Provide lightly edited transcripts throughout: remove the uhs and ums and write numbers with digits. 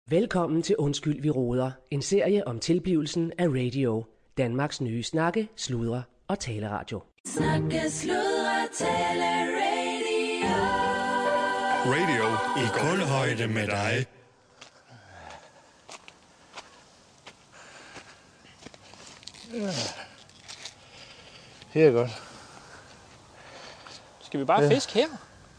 Velkommen til Undskyld, vi råder. En serie om tilblivelsen af radio. Danmarks nye snakke, sludre og taleradio. Snakke, sludre, tale, radio. Radio i kulhøjde med dig. Her er godt. Skal vi bare fiske her?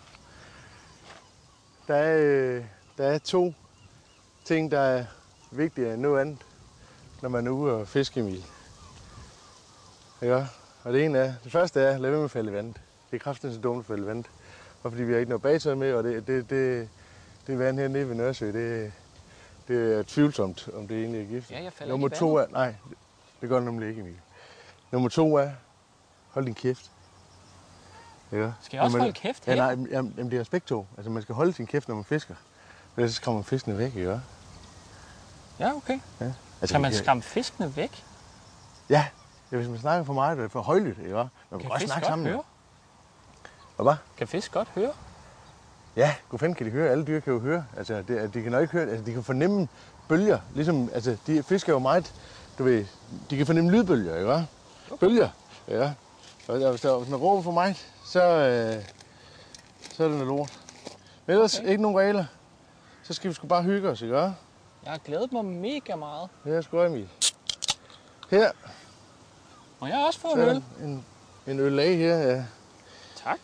Der er to ting, der er vigtigere end noget andet, når man er ude og fiske, Emil. Ja, og det første er, lad være med at falde i vandet. Det er kraftigt så dumt at falde i vandet. Og fordi vi har ikke noget bagtøj med, og det vand her nede ved Nørresø, det er tvivlsomt, om det egentlig er gift. Ja, jeg falder Nummer ikke i to vandet. er, nej, det gør det nemlig ikke, Emil. Nummer to er, hold din kæft. Ja. Skal jeg også holde kæft her? Ja, nej, jamen, det er respektto. Altså, man skal holde sin kæft, når man fisker. Ellers så skræmmer fiskene væk, ikke? Ja, okay. Ja. Altså, Skal man skræmme fiskene væk? Ja, hvis man snakker for meget, det er for højlydt, ikke? Man kan Kan godt fisk snakke godt sammen. høre? Hvad? Kan fisk godt høre? Ja, god fanden kan de høre. Alle dyr kan jo høre. Altså, de kan nok ikke høre, altså, de kan fornemme bølger. Ligesom, altså, de fisker jo meget, du ved, de kan fornemme lydbølger, ikke? Okay. Bølger, ja. Og hvis man råber for mig, så er det noget lort. Men ellers ikke nogen regler. Så skal vi sgu bare hygge os, ikke? Jeg har glædet mig mega meget. Det er sgu Emil. Her. Og jeg har også fået Så en er øl. en øl af her, ja. Tak.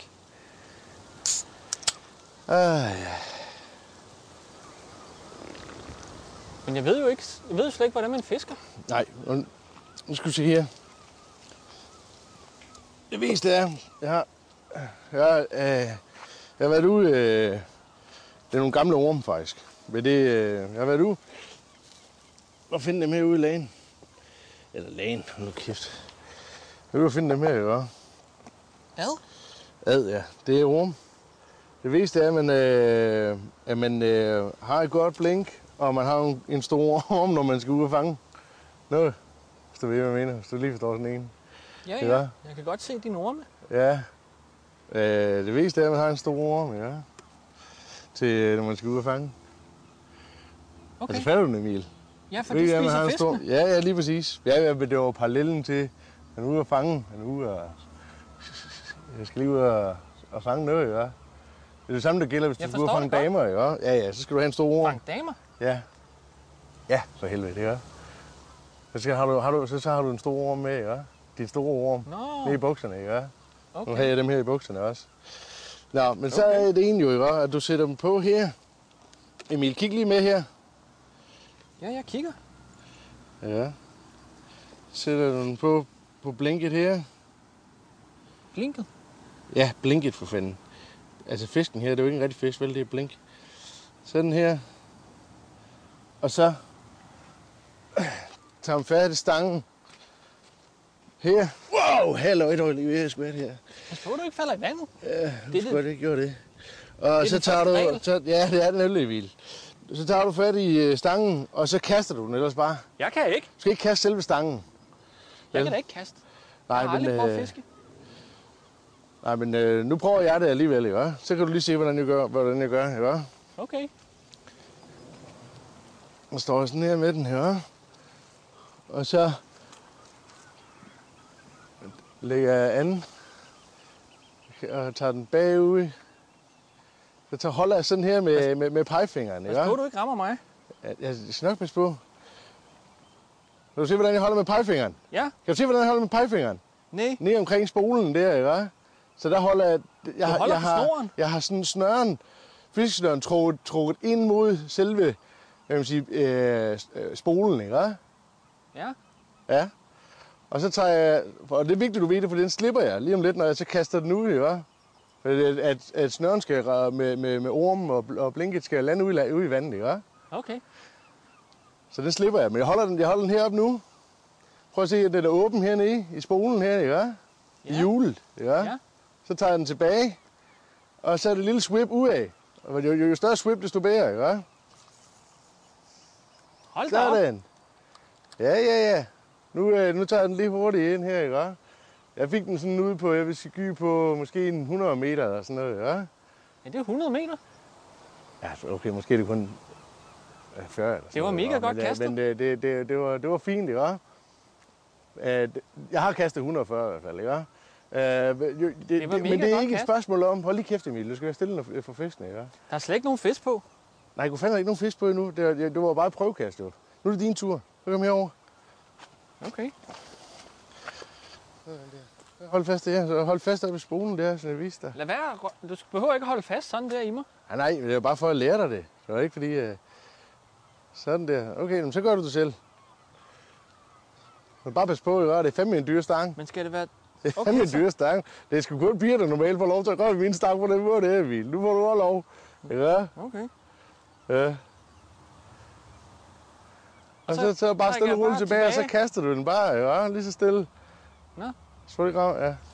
Ja. Men jeg ved jo slet ikke, hvordan man fisker. Nej, nu skal vi se her. Det vigtigste er, jeg har været ude, det er nogle gamle orme faktisk, men jeg har været ude og finde dem her ude i lagen. Eller lagen, nu kæft. Jeg vil finde dem her, ikke? Hvad? Ja. Det er orme. Det vigtigste er, at man har et godt blink, og man har en stor orm, når man skal ud og fange noget. Hvis du ved, hvad jeg mener. Hvis du lige forstår sådan en. Ja. Jeg kan godt se dine orme. Ja. Det vigtigste er, at man har en stor orm, ja. Til, når man skal ud og fange. Okay. Altså, fatter du den, Emil? Ja, for de spiser fiskene. Ja, lige præcis. Ja, men det var parallellen til, han er ude og fange. Han er ude og... Jeg skal lige ud og fange noget, ja. Det er det samme, der gælder, hvis du skal ud og fange damer, ja. Ja, så skal du have en stor orm. Fange damer? Ja. Ja, for helvede, det gør. Så har du en stor orm med, ja. Dit store orm. Nede i bukserne, ja. Okay. Nu har jeg dem her i bukserne også. Nå, men så er det ene jo, ikke, at du sætter dem på her. Emil, kig lige med her. Ja, jeg kigger. Ja. Sætter du den på blinket her. Blinket? Ja, blinket for fanden. Altså fisken her, det er jo ikke en rigtig fisk, vel? Det er blink. Sådan her. Og så tager man færdig stangen. Her. Wow, hallo, et øjeblik, jeg skal være her. Jeg tror, du ikke falder i vandet. Ja, du skulle godt ikke gøre det. Og det så tager du... ja, det er den nemlig vildt. Så tager du fat i stangen, og så kaster du den ellers bare. Jeg kan ikke. Du skal ikke kaste selve stangen. Jeg kan da ikke kaste. Nej, jeg har aldrig prøvet at fiske. Nej, men nu prøver jeg det alligevel, ikke? Så kan du lige se, hvordan jeg gør, ikke? Okay. Og står sådan her med den her. Og så lægger jeg an og tager den bagud. Så holder jeg sådan her med pegefingeren, ikke? Pas på, du ikke rammer mig. Jeg skal nok passe på. Kan du se, hvordan jeg holder med pegefingeren? Ja. Kan du se, hvordan jeg holder med pegefingeren? Nej. Nede omkring spolen der, ikke? Så der holder jeg... Jeg har sådan snøren, fiskesnøren trukket ind mod selve, hvad man sige, spolen, ikke? Ja. Ja. Og så tager jeg... Og det er vigtigt, du ved det, for den slipper jeg lige om lidt, når jeg så kaster den ud, ikke? At snøren skal med ormen og blinket skal lande ude i vandet, ikke? Okay. Så den slipper jeg, men jeg holder den heroppe nu. Prøv at se, at den er åben hernede i spolen her, ikke? Ja. I hjulet, ja. Så tager jeg den tilbage, og så er det et lille swip udad. Og jo større swip, desto bedre, ikke? Hold da op. Sådan. Ja. Nu tager jeg den lige hurtigt ind her, ikke? Jeg fik den sådan ude på, jeg vil sige, på måske 100 meter eller sådan noget, ja. Ja, det er 100 meter. Ja, okay, måske er det kun 40 eller sådan Det var noget, mega godt men, kastet. Men det var fint, ikke også? Jeg har kastet 140 i hvert fald, ikke også? Det var mega men det er godt ikke et kastet. spørgsmål om, hold lige kæft Emil, du skal være stille for fiskene, ikke også? Der er slet ikke nogen fisk på. Nej, jeg kunne fandme ikke nogen fisk på endnu. Det var bare et prøvekast, jo. Nu er det din tur. Så kom herover. Okay. Hold fast der. Så hold fast oppe i spolen der, så jeg viser dig. Lad være. Du behøver ikke at holde fast sådan der i mig. Nej, men det er bare for at lære dig det. Så det er ikke fordi... Sådan der. Okay, men så gør du det selv. Men bare pas på, ikke? Det er fandme en dyr stang. Men skal det være... Det er fandme en dyr stang. Det er sgu kun piger, der normalt får lov til at røre min stang på den måde, det er Emil. Nu får du også lov. Ja. Okay. Ja. Og så bare stille og roligt tilbage, og så kaster du den bare, ja, lige så stille. Nå. Så det grav, ja.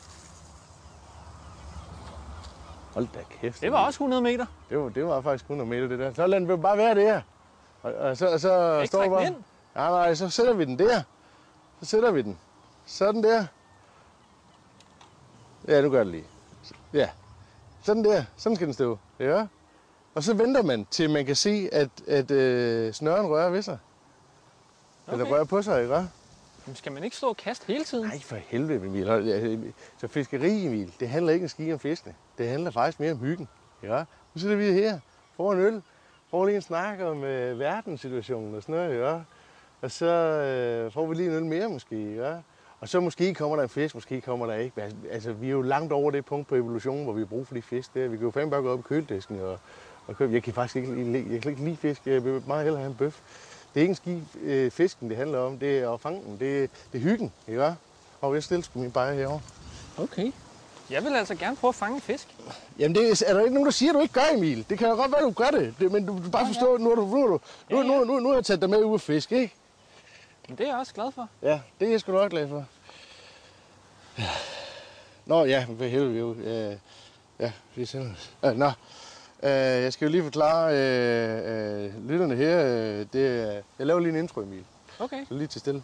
Hold da kæft. Det var også 100 meter. Det var faktisk 100 meter, det der. Så lad den bare være der. Og så Ikke står trække bare... den ind. Nej, så sætter vi den der. Så sætter vi den. Sådan der. Ja, nu gør det lige. Ja. Sådan der. Sådan skal den stå. Ja. Og så venter man, til man kan se, at snøren rører ved sig. Okay. Eller rører på sig, ikke? Men skal man ikke stå og kaste hele tiden? Nej, for helvede, Emil. Så fiskeri, Emil, det handler ikke en ski om fiskene. Det handler faktisk mere om hyggen. Ja. Nu sidder vi her, får en øl, får lige en snak om verdenssituationen og sådan noget. Ja. Og så får vi lige en øl mere måske. Ja. Og så måske kommer der en fisk, måske kommer der ikke. Altså, vi er jo langt over det punkt på evolutionen, hvor vi har brug for de fisk der. Vi kan jo fandme bare gå op i køledisken og købe. Jeg kan faktisk ikke lide fisk. Jeg vil meget hellere have en bøf. Det er ikke en ski fisken, det handler om. Det er at fange den. Det er hyggen, ikke? Og jeg stiller sgu min bajer herovre. Okay. Jeg vil altså gerne prøve at fange en fisk. Jamen, det er der ikke nogen, der siger, at du ikke gør, Emil. Det kan jo godt være, du gør det. Men du bare forstå, at nu har jeg taget dig med ud at fiske, ikke? Men det er jeg også glad for. Ja, det er jeg sgu nok glad for. Ja. Nå ja, for helvede jo. Ja, vi sender os. Nå, jeg skal jo lige forklare lytterne her. Jeg laver lige en intro, Emil. Okay. Så lige til stille.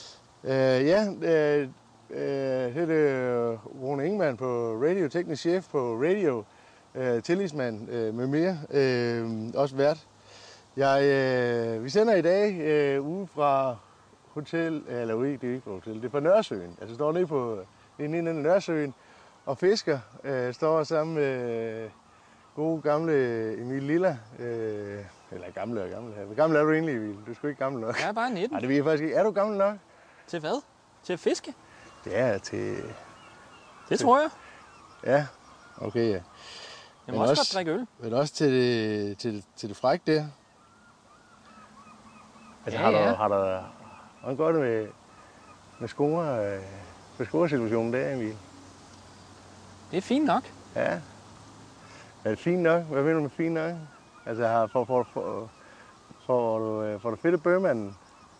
Her er det Rune Ingemann på radio, teknisk chef på radio, tillidsmand med mere, også vært. Vi sender i dag ude fra hotel, eller ude, det er ikke på hotel, det er på Nørresøen. Altså står nede på den ene af Nørresøen og fisker, står sammen med gode gamle Emil Lilla. Eller gamle. Hvor gammel er du egentlig, Emil? Du er sgu ikke gammel nok. Jeg er bare 19. Nej, det ved jeg faktisk ikke. Er du gammel nok? Til hvad? Til at fiske? Det er til... Det tror jeg. Ja, okay, ja. Jeg må også godt drikke øl. Men også til det fræk der. Altså, Ja. Hvordan går det med scoresituationen der, Emil? Det er fint nok. Ja. Er det fint nok? Hvad mener du med fint nok? Altså, får du fedt af bøgmanden?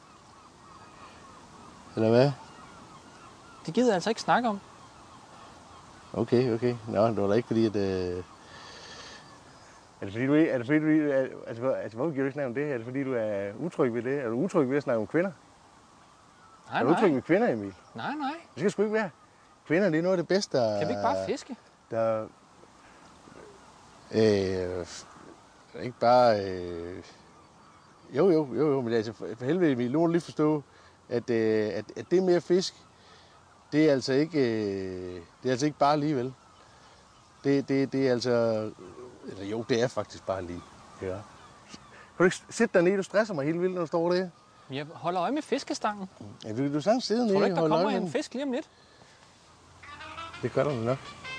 Eller hvad? Det gider jeg altså ikke snakke om. Okay. Nå, det var da ikke fordi, at... Er det fordi du hvorfor giver du ikke snakke om det? Er det fordi, du er utryg ved det? Er du utryg ved at snakke om kvinder? Nej, Er du utryg ved kvinder, Emil? Nej. Det skal sgu ikke være. Kvinder, det er noget af det bedste, der... Kan vi ikke bare fiske? Der... ikke bare... Jo, men altså for helvede, Emil, nu må du lige forstå, at det med at fisk, det er altså ikke bare alligevel. Det er altså... Eller jo, det er faktisk bare lige. Ja. Kan du ikke sætte dig ned? Du stresser mig helt vildt, når du står der. Jeg holder øje med fiskestangen. Ja, vil du sagtens sidde nede? Tror du ikke, der og holde kommer øje med en den? fisk lige om lidt? Det gør der nok.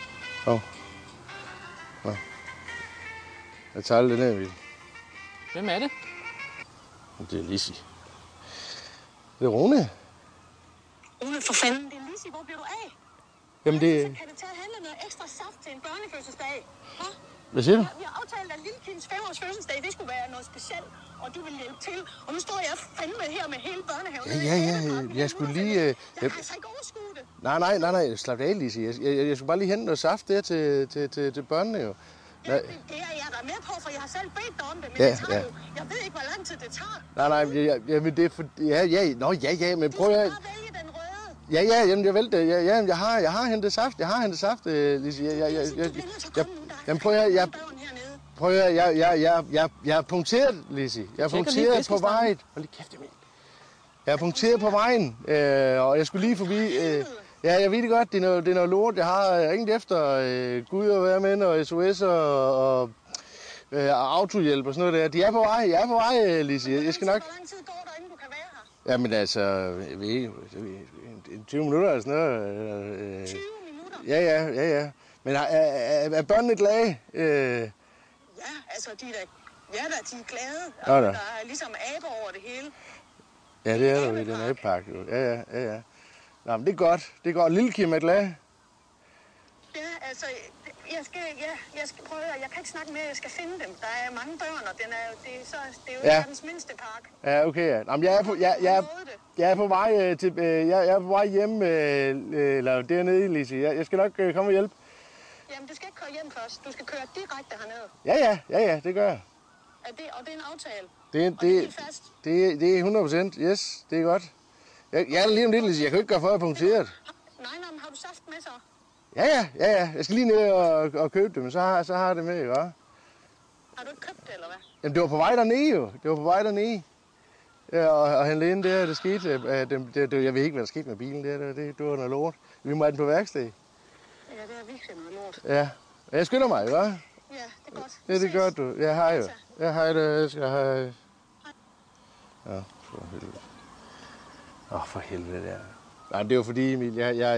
Nå. Jeg tager det der, Emil. Hvem er det? Det er Lissi. Det er Rune. Rune, for fanden. Det er Lissi. Hvor bliver du af? Jamen det... Kan det tage at handle noget ekstra saft til en børnefødselsdag? Hå? Hvad siger du? Vi har aftalt, at Lillekinds 5-års fødselsdag, det skulle være noget specielt, og du vil hjælpe til. Og nu står jeg fandme her med hele børnehaven. Ja. Jeg skulle lige... Jeg kan altså ikke overskue det. Nej. Slap af, Lissi. Jeg skulle bare lige hente noget saft der til børnene jo. Ja, det er jeg da med på, for jeg har selv bedt dig om det, men det tager jo... Jeg ved ikke, hvor lang tid det tager. Nej, men det er for... Ja, men prøv at... Du skal bare vælge den røde. Ja, jamen jeg vælter. Ja, jeg har hentet saft. Lissi. Jamen prøv prøv at høre, jeg er punkteret, Lizzie. Jeg er punkteret på vejen. Hold lige kæft, Emil. Jeg er punkteret på vejen, og jeg skulle lige forbi... Ja, jeg ved det godt, det er noget lort. Jeg har ringet efter Gud og være med, og SOS og autohjælp og sådan noget der. De er på vej, jeg er på vej, Lizzie. Jeg skal nok... Hvor lang tid går der, inden du kan være her? Jamen altså, jeg ved ikke, 20 minutter eller sådan noget. 20 minutter? Ja. Men er børnene glade? Ja, altså, de er glade. Nå da. Der er ligesom aber over det hele. Ja, det er der i den abepark. Ja. Nå, men det er godt. Lille Kim er glad. Ja, altså, jeg skal prøve, jeg kan ikke snakke mere, jeg skal finde dem. Der er mange børn, og det er jo ikke verdens mindste park. Ja, okay. Ja. Nå, men jeg er på vej til, jeg er på vej hjem, eller dernede, Lizzie. Jeg skal nok komme og hjælpe. Jamen, du skal ikke køre hjem først. Du skal køre direkte hernede. Ja, det gør jeg. Og det er en aftale. Det er helt fast. Det er 100%. Yes, det er godt. Jeg er lige om lidt, Lizzie. Jeg kan jo ikke gøre for, at jeg er punkteret. Nej, men har du saft med så? Ja. Jeg skal lige ned og købe det, men så har jeg det med, ikke? Har du ikke købt det, eller hvad? Jamen, det var på vej dernede, jo. Det var på vej dernede. Ja, og handle ind der, det skete. Jeg ved ikke, hvad der skete med bilen der. Det var noget lort. Vi må have den på værksted. Ja, det er virkelig noget lort. Ja. Jeg skynder mig, hva'? Ja, det er godt. Ja, det gør du. Ja, hej jo. Ja, hej det. Jeg skal hej. Ja, for helvede. For helvede, der. Nej, det var fordi, Emil,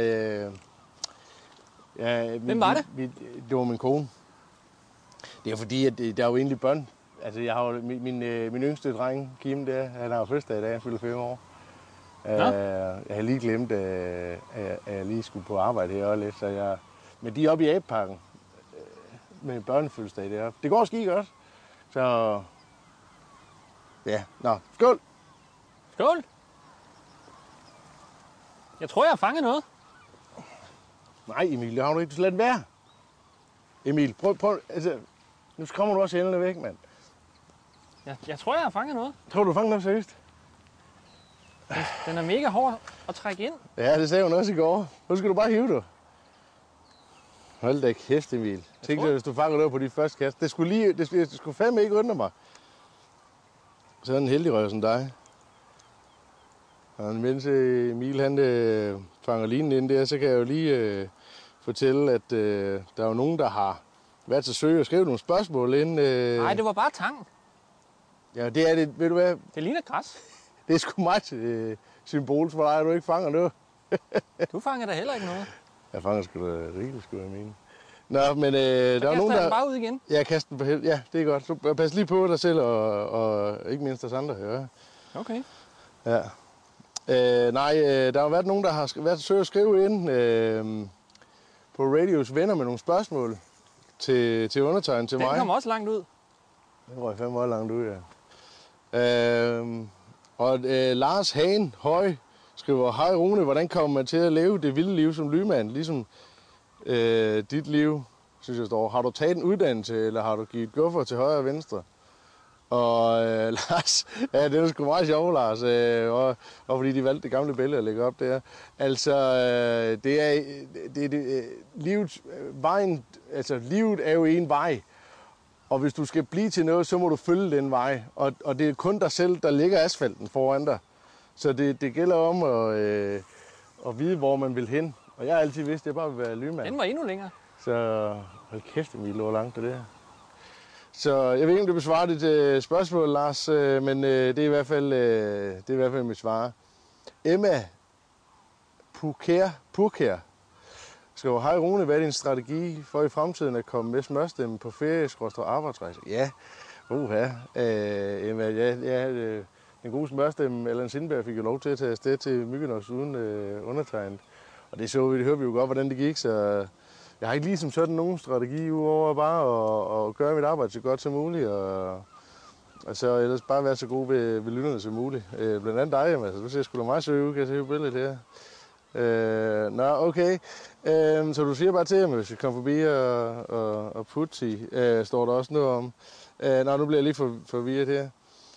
Hvem var det? Det var min kone. Det er fordi, at der er jo egentlig børn. Altså, jeg har jo min yngste dreng, Kim, der, han har jo fødselsdag i dag, han fylder 5 år. Jeg har lige glemt, at jeg lige skulle på arbejde her og lidt, men de er oppe i abeparken med børnefødselsdag deroppe. Det går skide godt. Så ja, skål! Skål! Jeg tror, jeg har fanget noget. Nej, Emil, det har du ikke. Du skal lade den være. Emil, prøv. Altså, nu kommer du også hænderne væk, mand. Jeg tror, jeg har fanget noget. Tror du fanget noget seriøst? Den er mega hård at trække ind. Ja, det sagde hun også i går. Nu skal du bare hive dig. Hold da kæft, Emil. Tænk dig, hvis du fanger noget på dit første kast. Det skulle fandme ikke undre mig. Så er en heldig røv som dig. Og mens Emil han fanger linen ind der, så kan jeg jo lige fortælle, at der er jo nogen, der har været til søge og skrevet nogle spørgsmål ind. Nej, det var bare tang. Ja, det er det. Ved du hvad? Det ligner græs. Det er sgu meget symbol for dig, at du ikke fanger noget. Du fanger da heller ikke noget. Jeg fanger sgu da rigeligt, skulle jeg mene. Nå, men der er nogen, der... den bare ud igen? Ja, kast den på helvede. Ja, det er godt. Så pas lige på dig selv, og ikke mindst os andre. Ja. Okay. Ja. Der har været nogen, der har været til at skrive ind på Radios venner med nogle spørgsmål til undertegnet til mig. Den kommer også langt ud. Den røg fandme meget langt ud, ja. Lars Hagen Høj skriver, hej Rune, hvordan kommer man til at leve det vilde liv som lymand, ligesom dit liv, synes jeg står. Har du taget en uddannelse, eller har du givet guffer til højre og venstre? Og Lars, ja, det er sgu meget sjovt, Lars, og fordi de valgte det gamle billede at lægge op der. Altså, livet er jo en vej, og hvis du skal blive til noget, så må du følge den vej, og det er kun dig selv, der ligger asfalten foran dig. Så det gælder om at vide, hvor man vil hen. Og jeg har altid vidst, at jeg bare vil være lymand. Den var endnu længere. Så hold kæft, Emil, hvor langt det der. Så jeg ved ikke, om du besvarer dit spørgsmål, Lars, men det er i hvert fald mit svar. Emma Purkær skriver, hej Rune, hvad er din strategi for i fremtiden at komme med smørstemme på ferie/arbejdsrejse? Ja, Emma, den gode smørstemme, Allan Sindberg, fik jo lov til at tage afsted til Mykonos uden undertegnet. Og det hører vi jo godt, hvordan det gik, så jeg har ikke ligesom sådan nogen strategi udover bare at gøre mit arbejde så godt som muligt, og så ellers bare være så god ved lytterne som muligt. Blandt andet dig, jamen, altså, du ser sgu da meget søge ud, kan jeg se på billedet her. Okay. Så du siger bare til ham, hvis vi kommer forbi og Putti, står der også noget om. Nu bliver jeg lige forvirret her.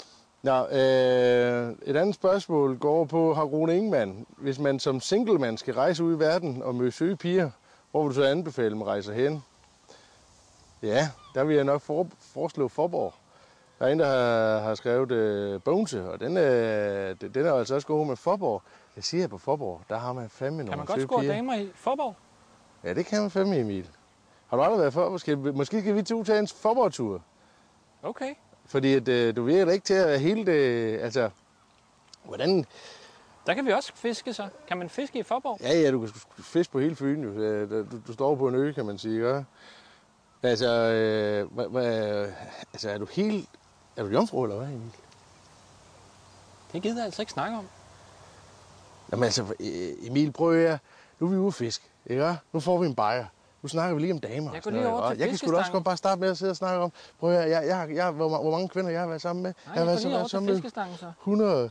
Et andet spørgsmål går på, har Rune Ingemann, hvis man som singlemand skal rejse ud i verden og møde søge piger, hvor vil du så anbefale, at man rejser hen? Ja, der vil jeg nok foreslå Fåborg. Der er en, der har skrevet Bogense, og den er altså også god med Fåborg. Jeg siger på Fåborg, der har man fandme nogle Kan man godt score damer i Fåborg? Ja, det kan man fandme, Emil. Har du aldrig været Fåborg? Måske skal vi to tage en Fåborg-tur. Okay. Fordi at, du virker ikke til at hele det... Altså, hvordan... Der kan vi også fiske så. Kan man fiske i Fåborg? Ja, du kan fiske på hele Fyn. Jo. Du står på en ø, kan man sige. Ja? Altså, altså, er du helt... Er du jomfru, eller hvad, Emil? Det gider jeg altså ikke snakke om. Jamen altså, Emil, prøv at høre. Nu er vi ude at fiske, ikke? Nu får vi en bajer. Nu snakker vi lige om damer. Jeg går lige over til jeg kan sgu da også godt bare starte med at sidde og snakke om... Prøv at høre, hvor mange kvinder jeg har været sammen med? Nej, jeg har været lige over sammen til med fiskestangen så. 100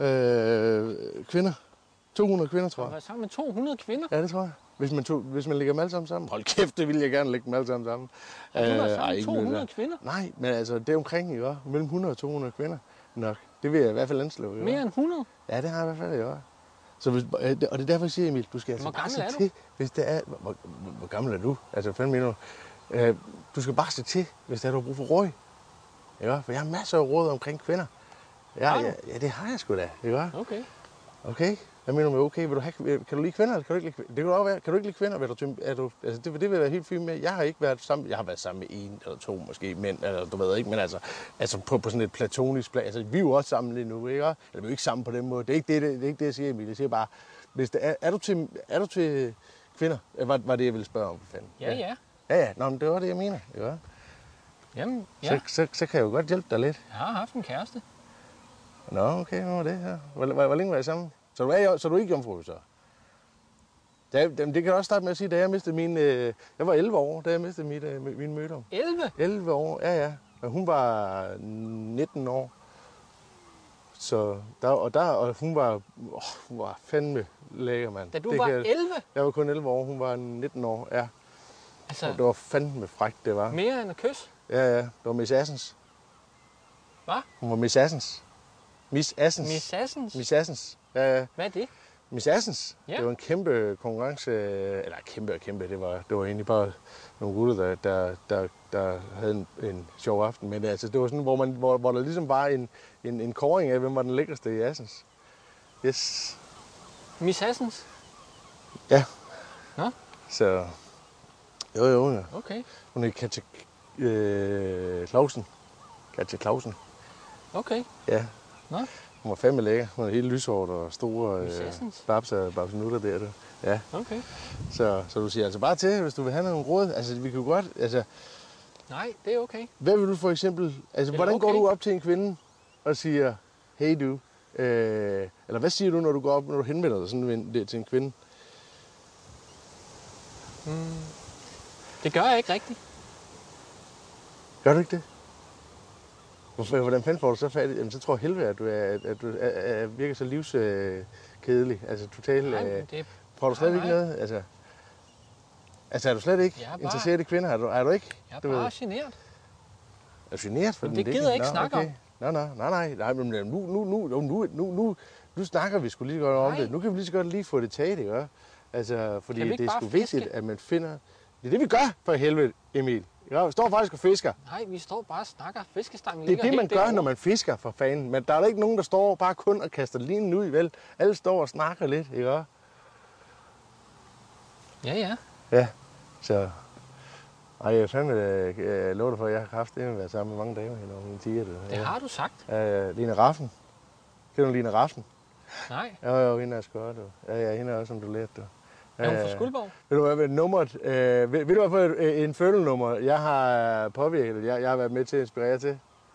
kvinder. 200 kvinder, tror Du har jeg. været sammen med 200 kvinder? Ja, det tror jeg. Hvis man lægger dem alle sammen. Hold kæft, det ville jeg gerne lægge dem alle sammen. Har du været sammen med 200 kvinder? Nej, men altså, det er omkring, ikke? Mellem 100 og 200 kvinder nok. Det vil jeg i hvert fald anslå. Ikke? Mere end 100? Ja, det har jeg i hvert fald, ikke? Så hvis, og det er derfor, jeg siger, Emil, du skal altså bare se til, hvis det er... Hvor gammel er du? Altså, fandme mener du? Du skal bare se til, hvis det er, du har brug for råd. Ikke? For jeg har masser af råd omkring kvinder. Ja, det har jeg sgu da. Ikke? Okay. Okay? Hvad mener du med okay? Kan du lide kvinder, eller kan du ikke lide kvinder? Det kan også være. Kan du ikke lide kvinder? Altså, det vil være helt fint med. Jeg har ikke været sammen. Jeg har været sammen med en eller to måske mænd, eller du ved ikke, men altså på sådan et platonisk plan. Altså, vi er jo også sammen lige nu, ikke? Eller vi er jo ikke sammen på den måde. Det er ikke det, jeg siger, Emil. Jeg siger bare, hvis det er du til kvinder? Var det, jeg ville spørge om, for fanden? Ja. Ja. Nå, men det var det, jeg mener. Ikke? Jamen, ja. Så kan jeg jo godt hjælpe dig lidt. Jeg har haft en kæreste. Nå, okay, hvad var det her? Hvor længe var jeg sammen? Så du er ikke jomfru, så? Det kan også starte med at sige, da jeg mistede min... jeg var 11 år, da jeg mistede min mødom. 11? 11 år, ja. Men hun var 19 år. Så og hun var fandme lækker, mand. Da du var 11? Jeg var kun 11 år, hun var 19 år, ja. Altså, det var fandme frækt, det var. Mere end at kysse? Ja. Det var Miss Assens. Hvad? Hun var Miss Assens. Miss Assens. Miss Assens? Miss Assens, ja. Hvad er det? Miss Assens, ja. Det var en kæmpe konkurrence, eller kæmpe, det var egentlig bare nogle gutter, der havde en sjov aften, men altså, det var sådan, hvor der ligesom var en kåring af, hvem var den lækreste i Assens. Yes. Miss Assens? Ja. Nå? Så, jo, ja. Okay. Hun er Katja Clausen. Katja Clausen. Okay. Ja. Nå? Hun var fandme lækker. Hun er helt lyshåret og store babsenutter der. Ja. Okay. Så du siger altså bare til, hvis du vil have nogle råd. Altså, vi kan godt... Altså, nej, det er okay. Hvad vil du for eksempel... Altså, hvordan går du op til en kvinde og siger, hey du? Eller hvad siger du, når du henvender dig sådan til en kvinde? Det gør jeg ikke rigtigt. Gør du ikke det? Hvordan fanden får du så fat i? Jamen, så tror jeg helvede, at du virker så livskedelig. Altså totalt... Får du slet ikke noget? Altså er du slet ikke interesseret i kvinder? Er du ikke? Jeg er bare generet. Er du generet for den? Det gider jeg ikke snakke om. Nej, men nu snakker vi sgu lige godt om det. Nu kan vi lige så godt lige få det taget, ikke? Altså, fordi det er sgu vigtigt, at man finder... Det er det, vi gør, for helvede, Emil. Vi står faktisk og fisker. Nej, vi står bare og snakker. Fiskestangen ligger helt. Det er det, man gør, når man fisker, for fanden. Men der er ikke nogen, der står bare kun og kaster linen ud, vel? Alle står og snakker lidt, ikke? Ja. Ja, så... Ej, jeg lover dig for, at jeg har haft det med at være sammen med mange damer i nogle tiger. Det har du sagt. Lene Raffen. Kender du Lene Raffen? Nej. Jo, hende er sgu godt, du. Ja, hende er også, som du lærte, du. Er hun fra Skuldborg? Ved du hvad, nummeret? Ved du hvad for en følgenummer, jeg har påvirket, jeg har været med til at inspirere til?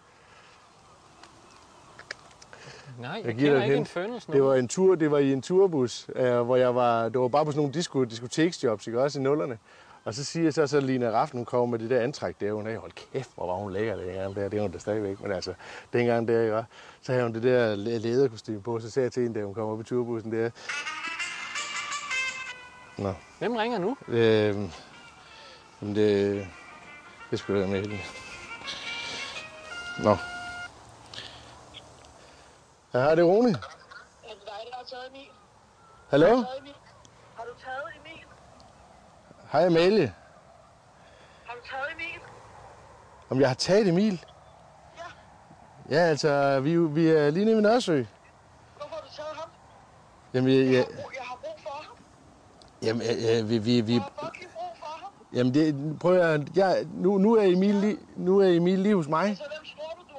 Nej, jeg kender ikke en følelsesnummer. Det var i en turbus, hvor det var bare på sådan nogle diskoteksjobs, ikke også i nullerne. Og så siger jeg så Lina Raffen, hun kommer med det der antræk der, hun er, hold kæft, hvor var hun lækker det er hun da stadigvæk, men altså, dengang der, ikke, så havde hun det der læderkostyme på, så sagde jeg til hende, da hun kom op i turbussen der. Nå. Hvem ringer nu? Det skulle være med hende. Nå. Ja, det er Rune. Er det dig, der har taget Emil? Hallo? Har du taget Emil? Hej Amalie. Har du taget Emil? Om jeg har taget Emil? Ja. Ja, altså, vi er lige nede ved Nørresø. Hvorfor har du taget ham? Jamen, Jeg har brug for ham. jamen, vi... Jeg har fucking brug for ham. Jamen, prøv at... Nu er Emil lige hos mig. Altså, hvem tror du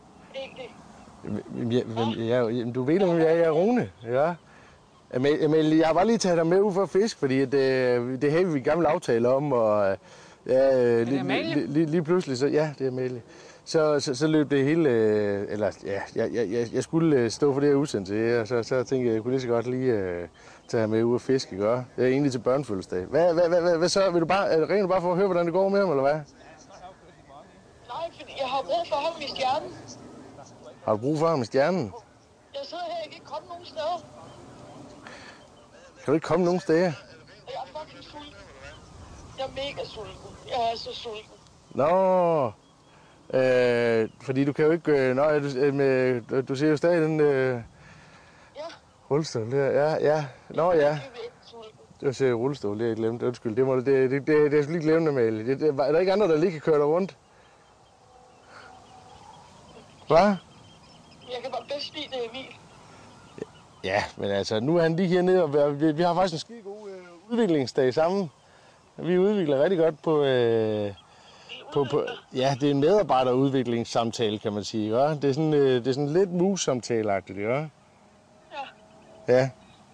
er? Egentlig. Jamen, du ved, om jeg er Rune, ja. Men jeg har bare lige taget dig med ud for at fiske, fordi det havde vi gamle aftaler om, og ja, lige pludselig så, ja, det er Amalie. Så løb det hele, jeg skulle stå for det her udsendelse, og så tænkte jeg kunne lige så godt lige tage med ud og fiske, ikke? Jeg er egentlig til børnefødselsdag. Hvad så? Vil du ringer du bare for at høre, hvordan det går med ham, eller hvad? Nej, fordi jeg har brug for ham i stjernen. Har du brug for ham i stjernen? Jeg sidder her, jeg kan ikke komme nogen steder. Kan du ikke komme nogen steder? Jeg er fucking sulten. Jeg er mega sulten. Jeg er så sulten. Nå, fordi du kan jo ikke... du ser jo stadig den Ja. rullestol der. Ja. Nå ja. Jeg er sulten. Du ser rullestol, det har jeg glemt. Undskyld, det jeg skulle lige glemme, Amalie. Er der ikke andre, der lige kan køre dig rundt? Hvad? Jeg kan bare bedst lide det, Emil. Ja, men altså, nu er han lige hernede, og vi har faktisk en skide god udviklingsdag sammen. Vi udvikler rigtig godt på ja, det er en medarbejderudviklingssamtale, kan man sige. Ja? Det er sådan lidt mus-samtale-agtigt, ja? Ja.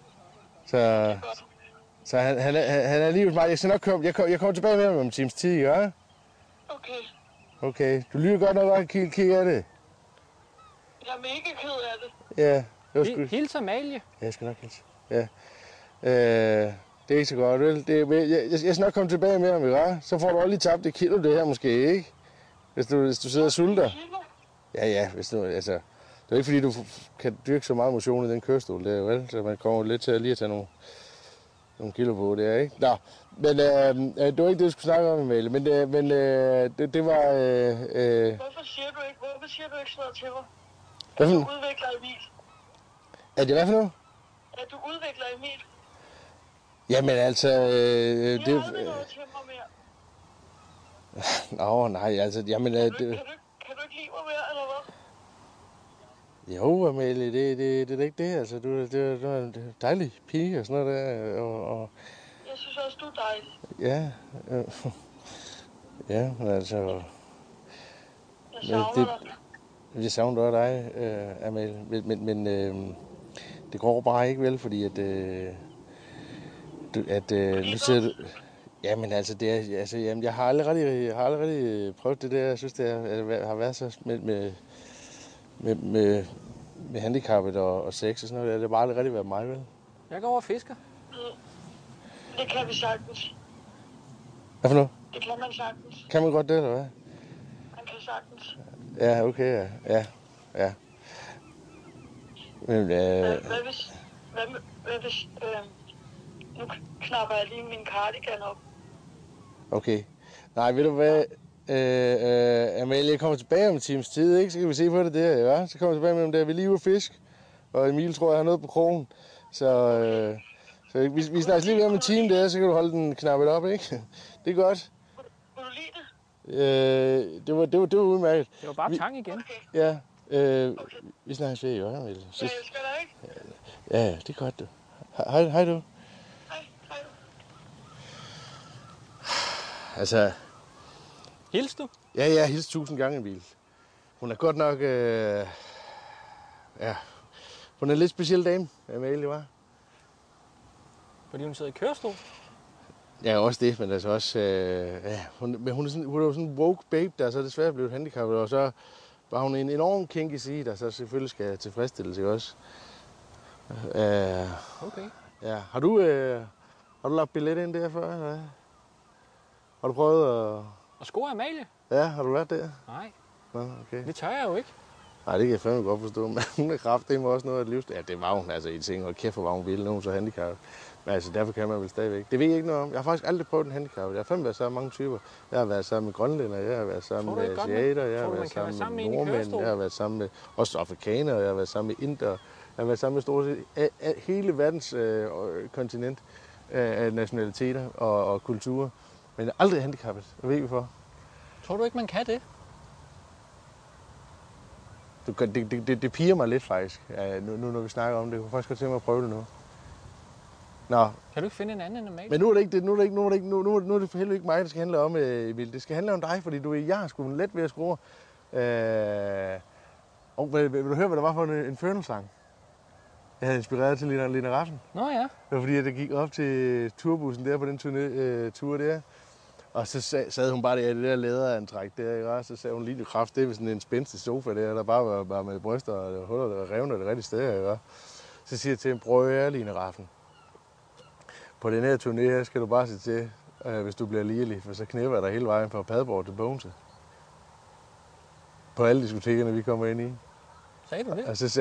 Så han er lige hos mig. Jeg skal nok komme, jeg kommer tilbage med ham om en times tid, ja? Okay. Okay. Du lyder godt nok at kigge af det. Jeg er mega ked af det. Ja. Hils Amalie. Ja, jeg skal nok hilse. Ja. Det er ikke så godt, vel? Jeg skal nok komme tilbage med ham, ikke? Så får du også lige tabt det kilo, det her måske, ikke? Hvis du sidder og sulter. Ja, hvis du, altså... Det er ikke fordi, du kan dyrke så meget motion i den kørestol der, vel? Så man kommer lidt til at lige at tage nogle kilo på det, ikke? Nå, men det var ikke det, du skulle snakke om, Amalie. Men det var... Hvorfor siger du ikke sådan noget til mig? Hvad for Du noget? udvikler Emil. Er det hvad for noget? At du udvikler Emil. Jamen altså... Jeg har aldrig noget til mig mere. Nej, altså... Jamen, Kan du ikke lide mig mere, eller hvad? Jo, Amalie, det er ikke det. Altså, du er en dejlig pige og sådan noget der. Og Jeg synes også, du er dejlig. ja, ja, men altså... Jeg savner dig. Jeg savner også dig, Amalie. Men det går bare ikke vel, fordi nu ser du... Jamen altså, jamen, jeg har aldrig rigtig prøvet det der. Jeg synes, det har været så med handicappet og sex og sådan noget. Det har bare aldrig rigtig været mig, vel? Jeg går over og fisker. Det kan vi sagtens. Hvad for noget? Det kan man sagtens. Kan man godt det, eller hvad? Man kan sagtens. Ja, okay, ja. Men, Hvad hvis nu knapper jeg lige min cardigan op. okay. Nej, ved du hvad? Amalie, jeg kommer tilbage om en times tid, ikke? Så kan vi se på det der, ja? Så kommer jeg tilbage med dem der. Vi er lige ude at fisk. Og Emil tror, jeg har noget på krogen. Så vi snakkes lige ved om en time der, så kan du holde den knappet op, ikke? Det er godt. Vil du lide det? Det var udmærket. Det var bare tang igen. Okay. Ja, vi snakkes ved, jo, Amalie. Jeg elsker dig, ikke? Ja, det er godt, du. Hej du. Hej. Altså, Hils du? ja, jeg har hilst 1000 gange, Emil. Hun er godt nok, hun er en lidt speciel dame, Amalie, var. Fordi hun sidder i kørestol. Ja, også det, men altså også, hun er jo sådan en woke babe, der er så desværre blevet handicappet, og så var hun en enorm kinky side, der så selvfølgelig skal tilfredsstilles, ikke også? Okay. Ja, har du lagt billet ind der før, eller hvad? Har du prøvet at... Og score Amalie? Ja, har du været der? Nej, Nå, okay. det tør jeg jo ikke. Nej, det kan jeg fandme godt forstå, men hun er kraftedeme også noget af et livsstil. Ja, det var hun altså i ting, og kæft hvor var hun vild, når hun så handicappet. Men altså, derfor kan man vel stadigvæk. Det ved jeg ikke noget om. Jeg har faktisk aldrig prøvet en handicappet. Jeg har fandme været sammen med mange typer. Jeg har været sammen med grønlænder, jeg har været sammen med asiater, jeg har været sammen med nordmænd, jeg har været sammen med også afrikanere, jeg har været sammen med inder. Jeg har været sammen med stort set hele verdens kontinent af nationaliteter og kulturer. Men jeg er aldrig handicappet. Hvad ved vi for? Tror du ikke, man kan det? Det piger mig lidt faktisk, nu når vi snakker om det. Jeg kunne faktisk godt tænke mig at prøve det nu. Nå. Kan du ikke finde en anden end en magisk? Men nu er det ikke det. Nu er det for helvede ikke mig, det skal handle om, Emil. Det skal handle om dig, fordi jeg har sgu let ved at skrue. Vil du høre, hvad der var for en Infernal-sang? Jeg havde inspireret til Lina Rafn. Nå ja. Det var fordi, at jeg gik op til turbussen der på den tur der. Og så sad hun bare der i det der læderantræk der, ikke? Og så sagde hun lige kraft, det var sådan en spændstig sofa der bare var med bryster og huller, der var revnet det rigtige sted, ikke? Så siger jeg til hende, prøv at Lina Rafn. På den her turné her skal du bare se til, hvis du bliver ligelig, for så knæpper jeg dig hele vejen fra Padborg til Bogense. På alle diskotekerne, vi kommer ind i. Sagde du det? Og så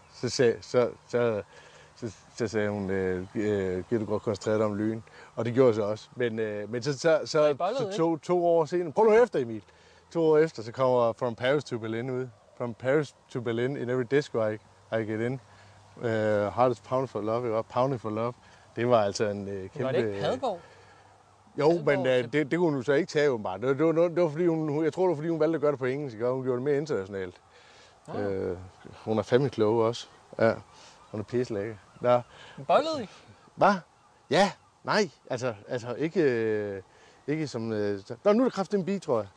sagde hun, giver du godt koncentrere dig om lyn. Og det gjorde jeg så også. Men så 2 år senere, prøv nu efter Emil, 2 år efter, så kommer From Paris to Berlin ud. From Paris to Berlin, in every disco I get in. Hardest pounding for love, ikke? Pounding for love. Det var altså en kæmpe... Var det ikke Padborg? Jo, men det kunne hun så ikke tage åbenbart. Det var fordi jeg tror det var fordi hun valgte at gøre det på engelsk, og hun gjorde det mere internationalt. Hun er fandme klog også. Ja, hun er pisselækker. Bollede I? Hvad? Ja, nej, altså ikke som... nu er der kraft en bi, tror jeg.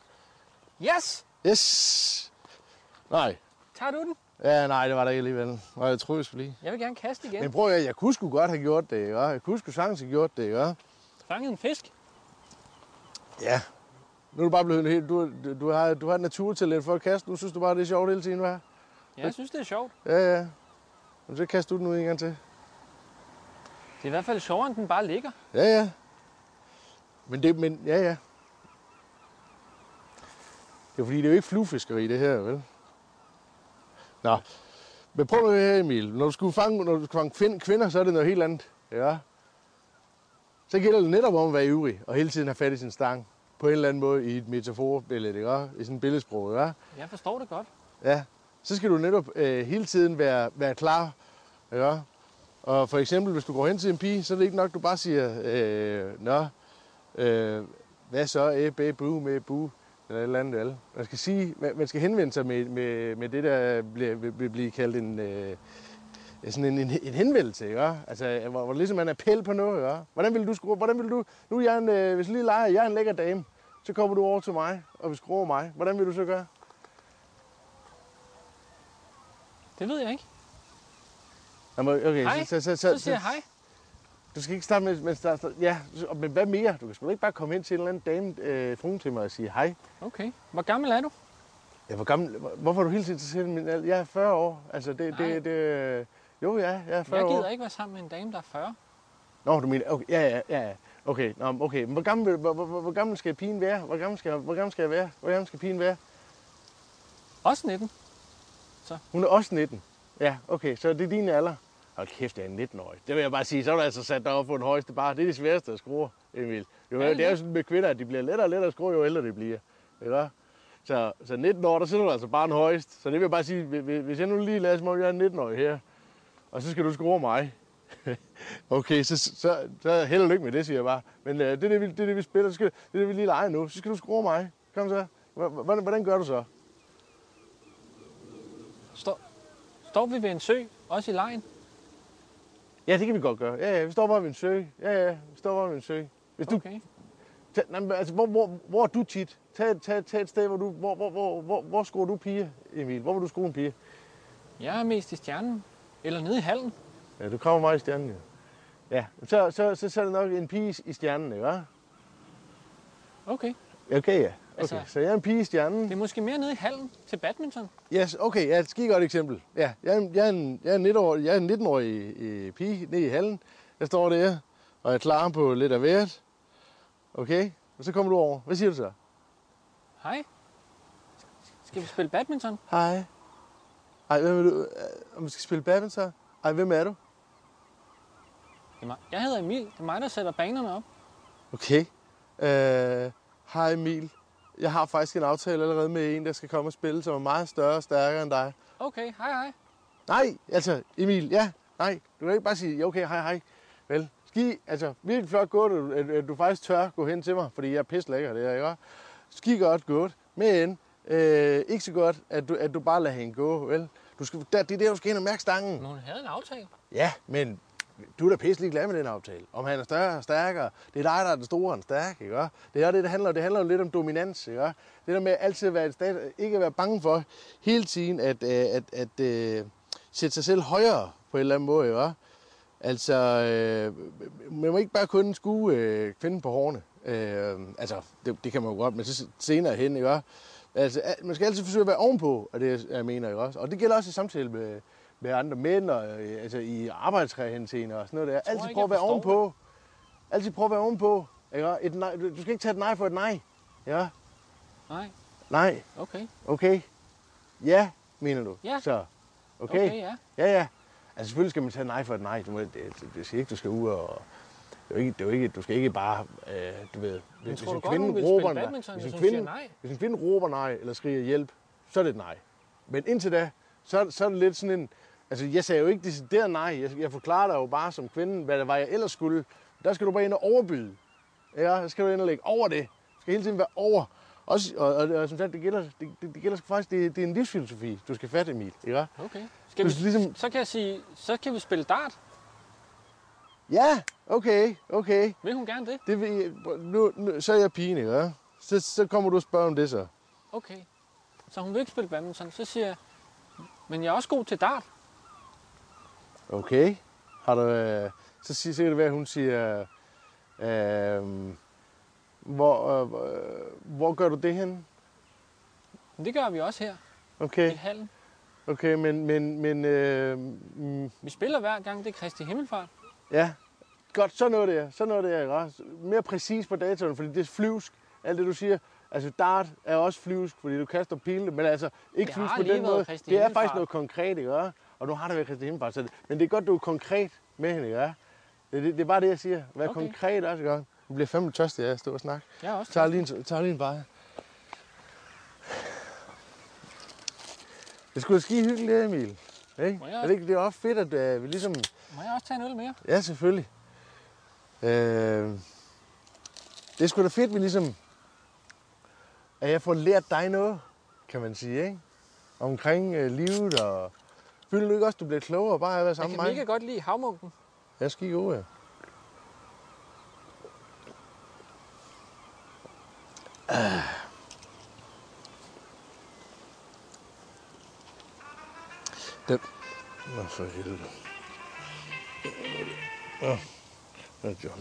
Yes! Nej. Tager du den? Ja, nej, det var der ikke alligevel. Jeg troede, jeg skulle lige. Jeg vil gerne kaste igen. Men prøv at jeg kunne sgu godt have gjort det, ikke? Jeg kunne sgu sagtens have gjort det, ikke? Fanget en fisk? Ja. Nu er du bare blevet helt... Du har et naturtalent for at kaste. Nu synes du bare, det er sjovt hele tiden, hva'? Ja, jeg synes, det er sjovt. Ja. Men så kaster du den ud en gang til. Det er i hvert fald sjovere, end den bare ligger. Ja. Men ja. Det er fordi, det er jo ikke fluefiskeri, det her, vel? Nå. Men prøv nu her, Emil. Når du skal fange kvinder, så er det noget helt andet. Ja. Så gælder det netop om at være ivrig og hele tiden have fat i sin stang. På en eller anden måde i et metaforbillede, ikke? I sådan et billedsprog, ikke? Jeg forstår det godt. Ja. Så skal du netop hele tiden være klar, ikke? Og for eksempel, hvis du går hen til en pige, så er det ikke nok, du bare siger, hvad så, bu med bu, eller et eller andet, eller. Man skal henvende sig med det, der vil blive kaldt sådan en henvendelse, ikke? Altså, hvor ligesom man appel på noget, ikke? Hvordan vil du, nu er jeg hvis lige leger, jeg er en lækker dame, så kommer du over til mig, og vil skrue mig. Hvordan vil du så gøre? Det ved jeg ikke. Okay, hej. Så siger jeg hej. Du skal ikke starte med ja, men hvad mere? Du kan sgu ikke bare komme hen til en eller anden dame fruen til mig og sige hej. Okay. Hvor gammel er du? Ja, hvor gammel? Hvorfor er du hele tiden til min alder? Jeg er 40 år. Altså, jo, ja, jeg er 40 år. Jeg gider ikke være sammen med en dame, der er 40. Nå, du mener, okay, ja. Okay, okay. Men hvor gammel skal pigen være? Hvor gammel skal jeg være? Hvor gammel skal pigen være? Også 19. Så. Hun er også 19? Ja, okay, så det er din alder. Hold kæft, jeg er 19-årig. Det vil jeg bare sige, så er du altså sat dig op på den højeste bar. Det er det sværeste at skrue, Emil. Det er jo sådan med kvinder, at de bliver lettere og lettere at skrue, jo ældre de bliver. Ikke? Så 19 år, der sidder du altså bare den højeste. Så det vil jeg bare sige, hvis jeg nu lige lader som om jeg er 19-årig her, og så skal du skrue mig. Okay, så held og lykke med det, siger jeg bare. Men det er det, vi spiller. Det er det, vi lige leger nu. Så skal du skrue mig. Kom så. Hvordan gør du så? Står vi ved en sø, også i lejen? Ja, det kan vi godt gøre. Ja, vi står bare ved en sø. Ja, vi står bare ved en sø. Hvis okay. Altså, hvor er du tit? Tag et sted, hvor skruer du pige, Emil? Hvor vil du skrue en pige? Jeg er mest i Stjernen. Eller nede i hallen. Ja, du kommer meget i Stjernen, ja. Ja, så er det nok en pige i Stjernen, ikke? Okay. Okay, ja. Okay, så jeg er en pige i Stjernen. Det er måske mere nede i hallen til badminton. Yes, okay, ja, et skide godt eksempel. Ja, jeg er en 19-årig pige nede i hallen. Jeg står der, og er klar på lidt af hvert. Okay, og så kommer du over. Hvad siger du så? Hej. Skal vi spille badminton? Hej. Ej, hvem er du? Om vi skal spille badminton? Ej, hvem er du? Jeg hedder Emil. Det er mig, der sætter banerne op. Okay. Hej Emil. Jeg har faktisk en aftale allerede med en, der skal komme og spille, som er meget større og stærkere end dig. Okay, hej. Nej, altså Emil, ja, nej. Du kan ikke bare sige, okay, hej. Vel, altså virkelig flot gået, at du faktisk tør gå hen til mig, fordi jeg er pisse lækker, det er ikke? Ski godt gået, men ikke så godt, at du bare lader hende gå, vel? Det er der, du skal ind og mærke stangen. Men hun havde en aftale. Ja, men du er da pisselig glad med den aftale. Om han er større og stærkere, det er dig, der er den store og stærk, ikke? Det er det handler. Det handler jo lidt om dominans, ikke? Det der med altid at være ikke at være bange for hele tiden at sætte sig selv højere på en eller anden måde, ikke? Altså, man må ikke bare kun skue kvinden på hårene. Altså, det kan man jo godt, men så senere hen, ikke? Altså, man skal altid forsøge at være ovenpå, og det jeg mener, ikke også? Og det gælder også i samtale med andre mænd, og altså i arbejdshenseende og sådan noget der. Altid prøve at være ovenpå. Altid prøve at være ovenpå. Ikke? Du skal ikke tage et nej for et nej. Ja? Nej. Nej. Okay. Okay. Ja, mener du? Ja. Så. Okay. Okay, ja. Ja. Altså selvfølgelig skal man tage nej for et nej. Det siger ikke, du skal ud og... Det er jo ikke, du skal ikke bare, du ved... Hvis en kvinde råber nej? Hvis en kvinde råber nej, eller skriger hjælp, så er det et nej. Men indtil da, så er det lidt sådan en... Altså, jeg sagde jo ikke decideret nej. Jeg forklarer dig jo bare som kvinde, hvad det var, jeg ellers skulle. Der skal du bare ind og overbyde. Ja, der skal du ind og lægge over det. Du skal hele tiden være over. Også, og som sagt, det gælder faktisk, det er en livsfilosofi, du skal fatte, Emil. Ikke? Okay. Så kan jeg sige, så kan vi spille dart. Ja, okay. Vil hun gerne det? Det vil, nu, så er jeg pigen, ikke? Så kommer du og spørger om det så. Okay. Så hun vil ikke spille badminton. Så siger jeg, men jeg er også god til dart. Okay. Har du, så siger det, hvad hun siger, hvor gør du det hen? Det gør vi også her. Okay. I hallen. Okay, men vi spiller hver gang, det er Kristi Himmelfart. Ja, godt, så noget det er. Mere præcis på datoen, fordi det er flyvsk, alt det du siger. Altså dart er også flyvsk, fordi du kaster pile, men altså ikke flyvsk på den måde. Det er faktisk noget konkret, ikke? Og nu har det været Kristi Himmelfart, men det er godt, du er konkret med hende, ikke? Det er bare det, jeg siger. Vær konkret også, ikke? Du bliver fandme tørstig af at stå og snakke. Jeg er også tager lige en bajer. Det skulle da ski hyggeligt, Emil. Ikke? Det er også fedt, at vi ligesom... Må jeg også tage en øl mere? Ja, selvfølgelig. Det er sgu da fedt, vi ligesom... At jeg får lært dig noget, kan man sige, ikke? Omkring livet og... Føler du ikke også, du bliver klogere bare at være sammen med mig? Jeg kan mega godt lide havmunken. Jeg skal ikke ja. Den... Nå, for helvede. Nå, det er John.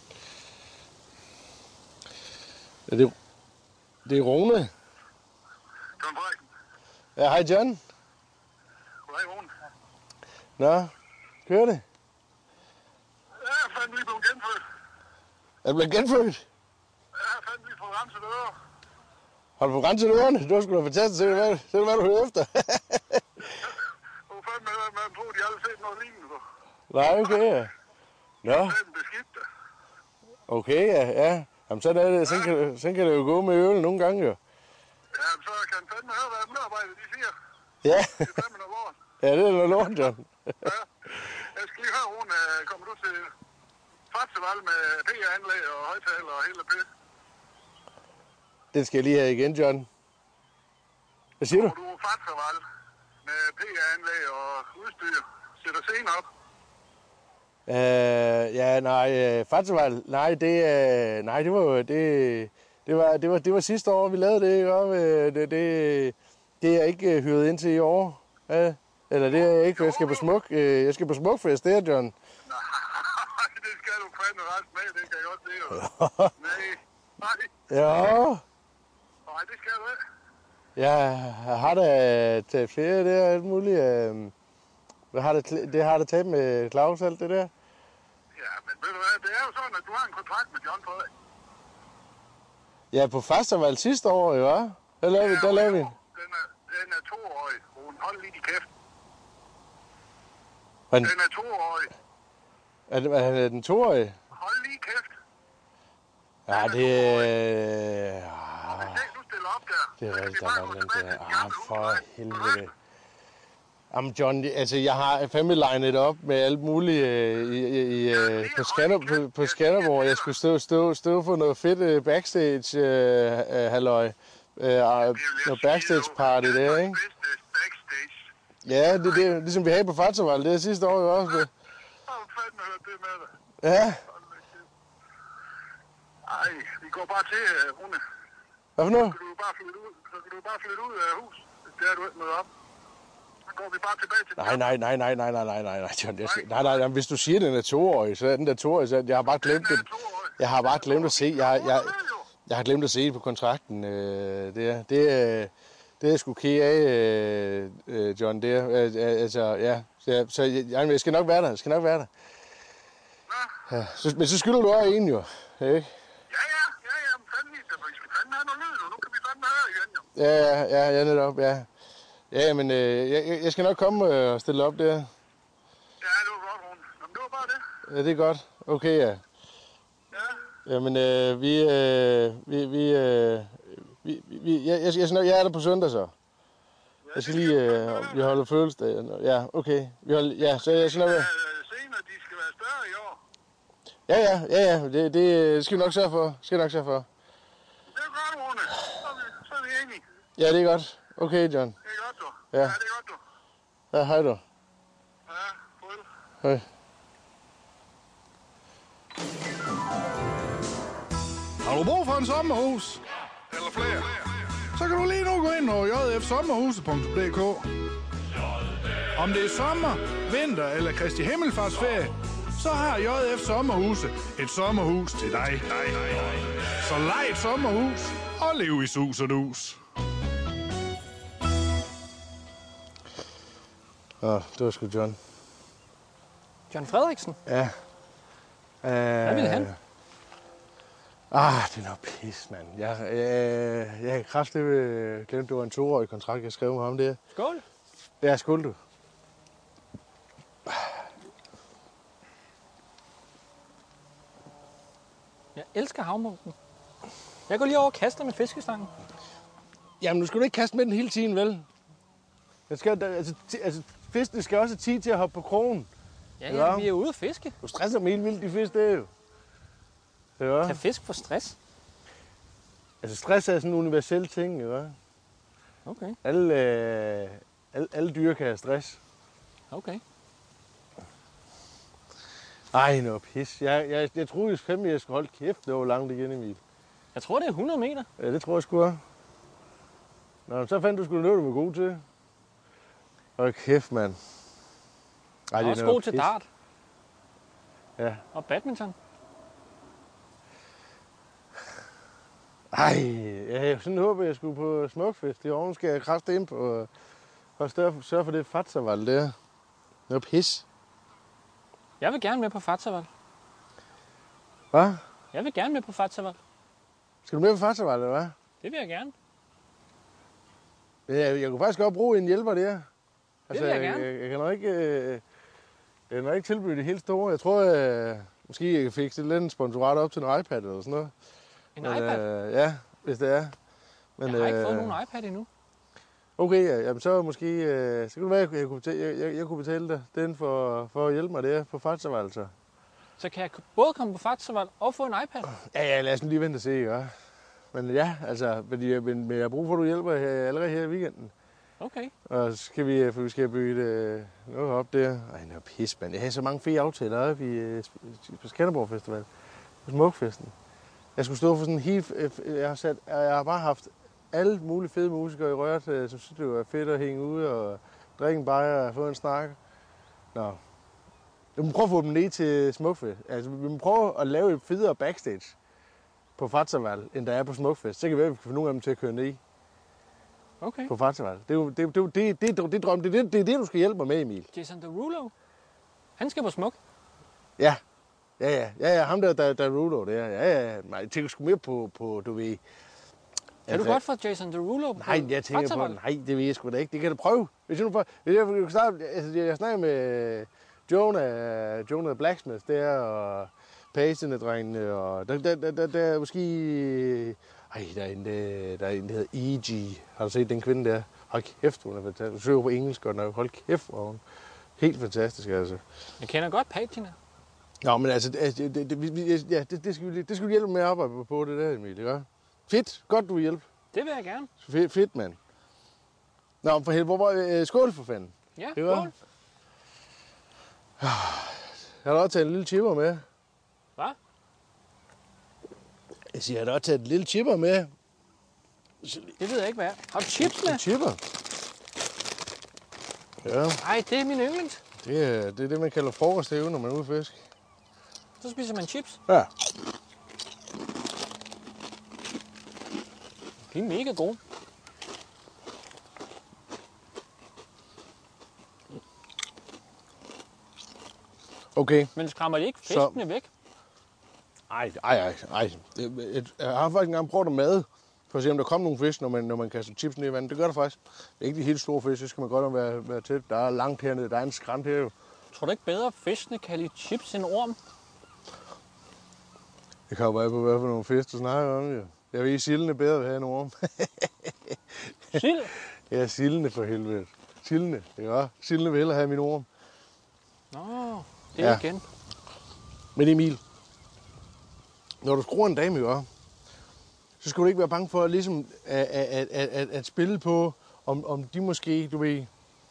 Ja, det er Rune. John Frederiksen. Ja, hej John. Hej Rune. Nå, kører det? Ja, jeg er fandme lige blevet genfødt. Er du blevet genfødt? Ja, jeg er fandme lige fået renset ører. Har du fået renset ørerne? Du har sgu da fantastisk. Se hvad du hører efter. Hvor fandme man tror, de aldrig set noget lignende, du. Nej, okay, ja. Nå. Det er beskidt, da. Okay, ja. Jamen, sådan er det. Sådan kan det jo gå med øvelse nogle gange, jo. Ja, så kan fandme høre, hvad medarbejdere de siger. Ja. Det er fandme noget lort. Ja, det er noget lort, John. Ja. Jeg skal lige høre, Rune, kommer du til Fatsevald med PR-anlæg og højtaler og hele pæt? Den skal jeg lige have igen, John. Hvad siger du? Du er Fatsevald med PR-anlæg og udstyr. Sætter scenen op. Ja, nej, Fatsevald, nej, det var sidste år, vi lavede det, ikke? Det er ikke hyret ind til i år. Ja. Eller det er jeg ikke, for jeg skal på Smukfest, det er, John. Nej, det skal du fandme ret med, det kan jeg godt se. Nej. Ja. Nej, det skal du ikke. Jeg har da taget flere der, alt muligt. Det har da taget med Claus, alt det der. Ja, men ved du hvad, det er jo sådan, at du har en kontrakt med John Frederik. Ja, på festival sidste år, jo, hva'? Der lavede vi. Den er 2-årig, Rune. Hold lige din kæft. Den er 2-årig. Er den 2-årig? Hold lige kæft. Ja, det Og hvis ikke du stiller op der, det er så kan rigtigt, vi bare gå tilbage til de gamle for hus. helvede. Jamen John, altså jeg har fandme legnet op med alt muligt på Skanderborg. Jeg skulle stå for noget fedt backstage halløj. noget backstage party der, ikke? Backstage. Ja, det er ligesom vi havde på Fatservald, det er sidste år jo også. Hvor fanden har det med dig? Ja, Ej, vi går bare til, Rune. hvad for noget? Så kan du bare flytte ud af hus, hvis det er, du ikke møder op. Så går vi bare tilbage til Nej, John. Nej, hvis du siger, den er 2-årig, så er den der 2-årig, så jeg har bare glemt det. Jeg har bare glemt at se, jeg har glemt at se på kontrakten. Det er sgu ked af, John, det altså, ja. Så jeg skal nok være der, Ja, men så skylder du også en jo, ikke? Ja, men fandme, vi skal fandme have noget lyd nu. Nu kan vi fandme høre igen, jo. Ja, netop, ja. Ja, men jeg skal nok komme og stille op der. Ja, det var godt, Rune. Jamen, det var bare det. Ja, det er godt. Okay, ja. Ja. Jamen, jeg er der på søndag så. Jeg skal lige, vi holder fødselsdag. Ja, okay. Så jeg skal nok være. Senere, de skal være større i år. Ja, det skal vi nok sørge for. Det er godt, Rune. Så er vi enige. Ja, det er godt. Okay, John. Det er godt, du. Ja. Ja, det er godt, du. Ja, hej du. Ja, farvel. Hej. Har du brug for en sommerhus? Eller flere. Så kan du lige nu gå ind på jfsommerhuse.dk. Om det er sommer, vinter eller Kristi Himmelfartsferie, så har JF Sommerhuse et sommerhus til dig. Så lej et sommerhus og lev i sus og dus. Det var sgu John. John Frederiksen? Ja. Hvad ville han? Det er noget pis, mand. Jeg kan kraftigt glemme, det var en 2-årig kontrakt, jeg skrev med ham der. Skål. Ja, skål du. Jeg elsker havmunken. Jeg går lige over og kaster med fiskestangen. Jamen, nu skal du ikke kaste med den hele tiden, vel? Fiskene skal også have tid til at hoppe på krogen. Ja, vi er ude at fiske. Du stresser dem helt vildt, de fisk, det er jo. Ja. Kan fisk få stress? Altså, stress er sådan en universel ting, jo. Okay. Alle dyr kan have stress. Okay. Ej, noget pis. Jeg troede fandme, jeg skulle holde kæft, det var langt igen, Emil. Jeg tror, det er 100 meter. Ja, det tror jeg sgu også. Nå, så fandt du sgu noget, du var god til. Hold kæft, mand. Jeg er også god til dart. Ja. Og badminton. Jeg sådan håber, jeg skulle på Smukfest i år. Nu skal jeg kræfte ind på og sørge for det Fatservald der. Noget pis. Jeg vil gerne med på Fatservald. Hvad? Jeg vil gerne med på Fatservald. Skal du med på Fatservald, eller hvad? Det vil jeg gerne. Jeg kunne faktisk godt bruge en hjælper der. Altså, vil jeg gerne. Jeg kan nok ikke tilbyde det helt store. Jeg tror, måske jeg kan fikse lidt en sponsorat op til en iPad eller sådan noget. En iPad? Ja, hvis det er. Men, jeg har ikke fået nogen iPad endnu. Okay, ja. Jamen, så måske... så kunne det være, at jeg kunne betale dig den for at hjælpe mig der på Fatservald. Så kan jeg både komme på Fatservald og få en iPad? Ja, lad os nu lige vente og se, ja. Men ja, altså, men jeg har brug for, at du hjælper allerede her i weekenden. Okay. Og så skal vi skal bygge noget op der. Ej, det er pis, mand. Jeg har så mange fede aftaler på Skanderborg Festival. På Smukfesten. Jeg skulle stå for sådan en helt... Jeg har bare haft alle mulige fede musikere i røret, som synes, det var fedt at hænge ude og drikke en bajer og få en snak. Nå. Vi må prøve at få dem ned til Smukfest. Altså, vi må prøve at lave et federe backstage på Fatservald, end der er på Smukfest. Så kan vi kan få nogle af dem til at køre ned. Okay. På Fatservald. Det er det, du skal hjælpe mig med, Emil. Jason Derulo. Han skal på Smuk. Ja, ham der Rulo der. Ja. Nej, jeg tænker sgu mere på du ved... Kan du godt få Jason Derulo på Nej, jeg tænker Fatservald? på... Nej, det ved jeg sgu da ikke. Det kan du prøve. Hvis jeg snakker med Jonah Blacksmith der, og Pagene-drengene, og der er måske... der er en, der hedder E.G. Har du set den kvinde der? Hold kæft, hun er fantastisk. Hun søger på engelsk, og hold kæft, hvor hun helt fantastisk, altså. Jeg kender godt Pagene. Nå, men altså, det skal vi hjælpe med at arbejde på det der, Emil, ikke? Fedt, godt du vil hjælpe. Det vil jeg gerne. Fedt, mand. Nå, for helvede, skål for fanden. Ja, Det var- skål. Jeg har da også taget en lille chipper med. Hvad? Jeg siger, jeg har da også taget en lille chipper med. Det ved jeg ikke, hvad er. Har du chips med? En chipper? Ja, Ej, det er min yndlings. det er det, man kalder frokostæve, når man er ude at fiske. Så spiser man chips. Ja. De er mega gode. Okay. Men skræmmer de ikke fiskene væk? Ej. Jeg har faktisk engang prøvet at made, for at se, om der kom nogle fisk, når man kaster chips ned i vandet. Det gør der faktisk. Ikke de helt store fisk, så skal man godt være tæt. Der er langt hernede, der er en skrant her jo. Tror du ikke bedre, at fiskene kan lide chips end orm? Det kan jo være på, hvad for nogle fisk, du snakker om. Jo. Jeg ved, sildene bedre vil have en orm. Sild? Ja, sildene for helvede. Sildene, ja. Sildene vil hellere have min orm. Nå, det er Ja. igen. Men Emil, når du skruer en dame, jo, så skal du ikke være bange for ligesom at spille på, om de måske, du ved,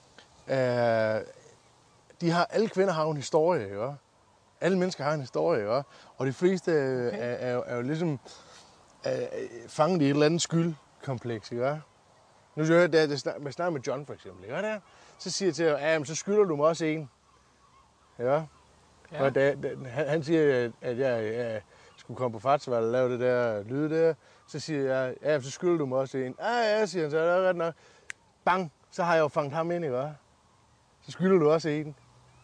alle kvinder har jo en historie, ikke? Alle mennesker har en historie, ikke? Og de fleste er jo ligesom fanget i et eller andet skyldkompleks, ikke? Nu så jeg det snakker med John for eksempel, ikke? Der? Så siger jeg til ham, ja, så skylder du mig også en. Ja. Ja. Og han siger, at jeg skulle komme på Fartsvald og lave det der lyde der. Så siger jeg, ja, så skylder du mig også en. Ja, siger han, så er det ret nok. Bang, så har jeg jo fanget ham ind, ikke? Så skylder du også en.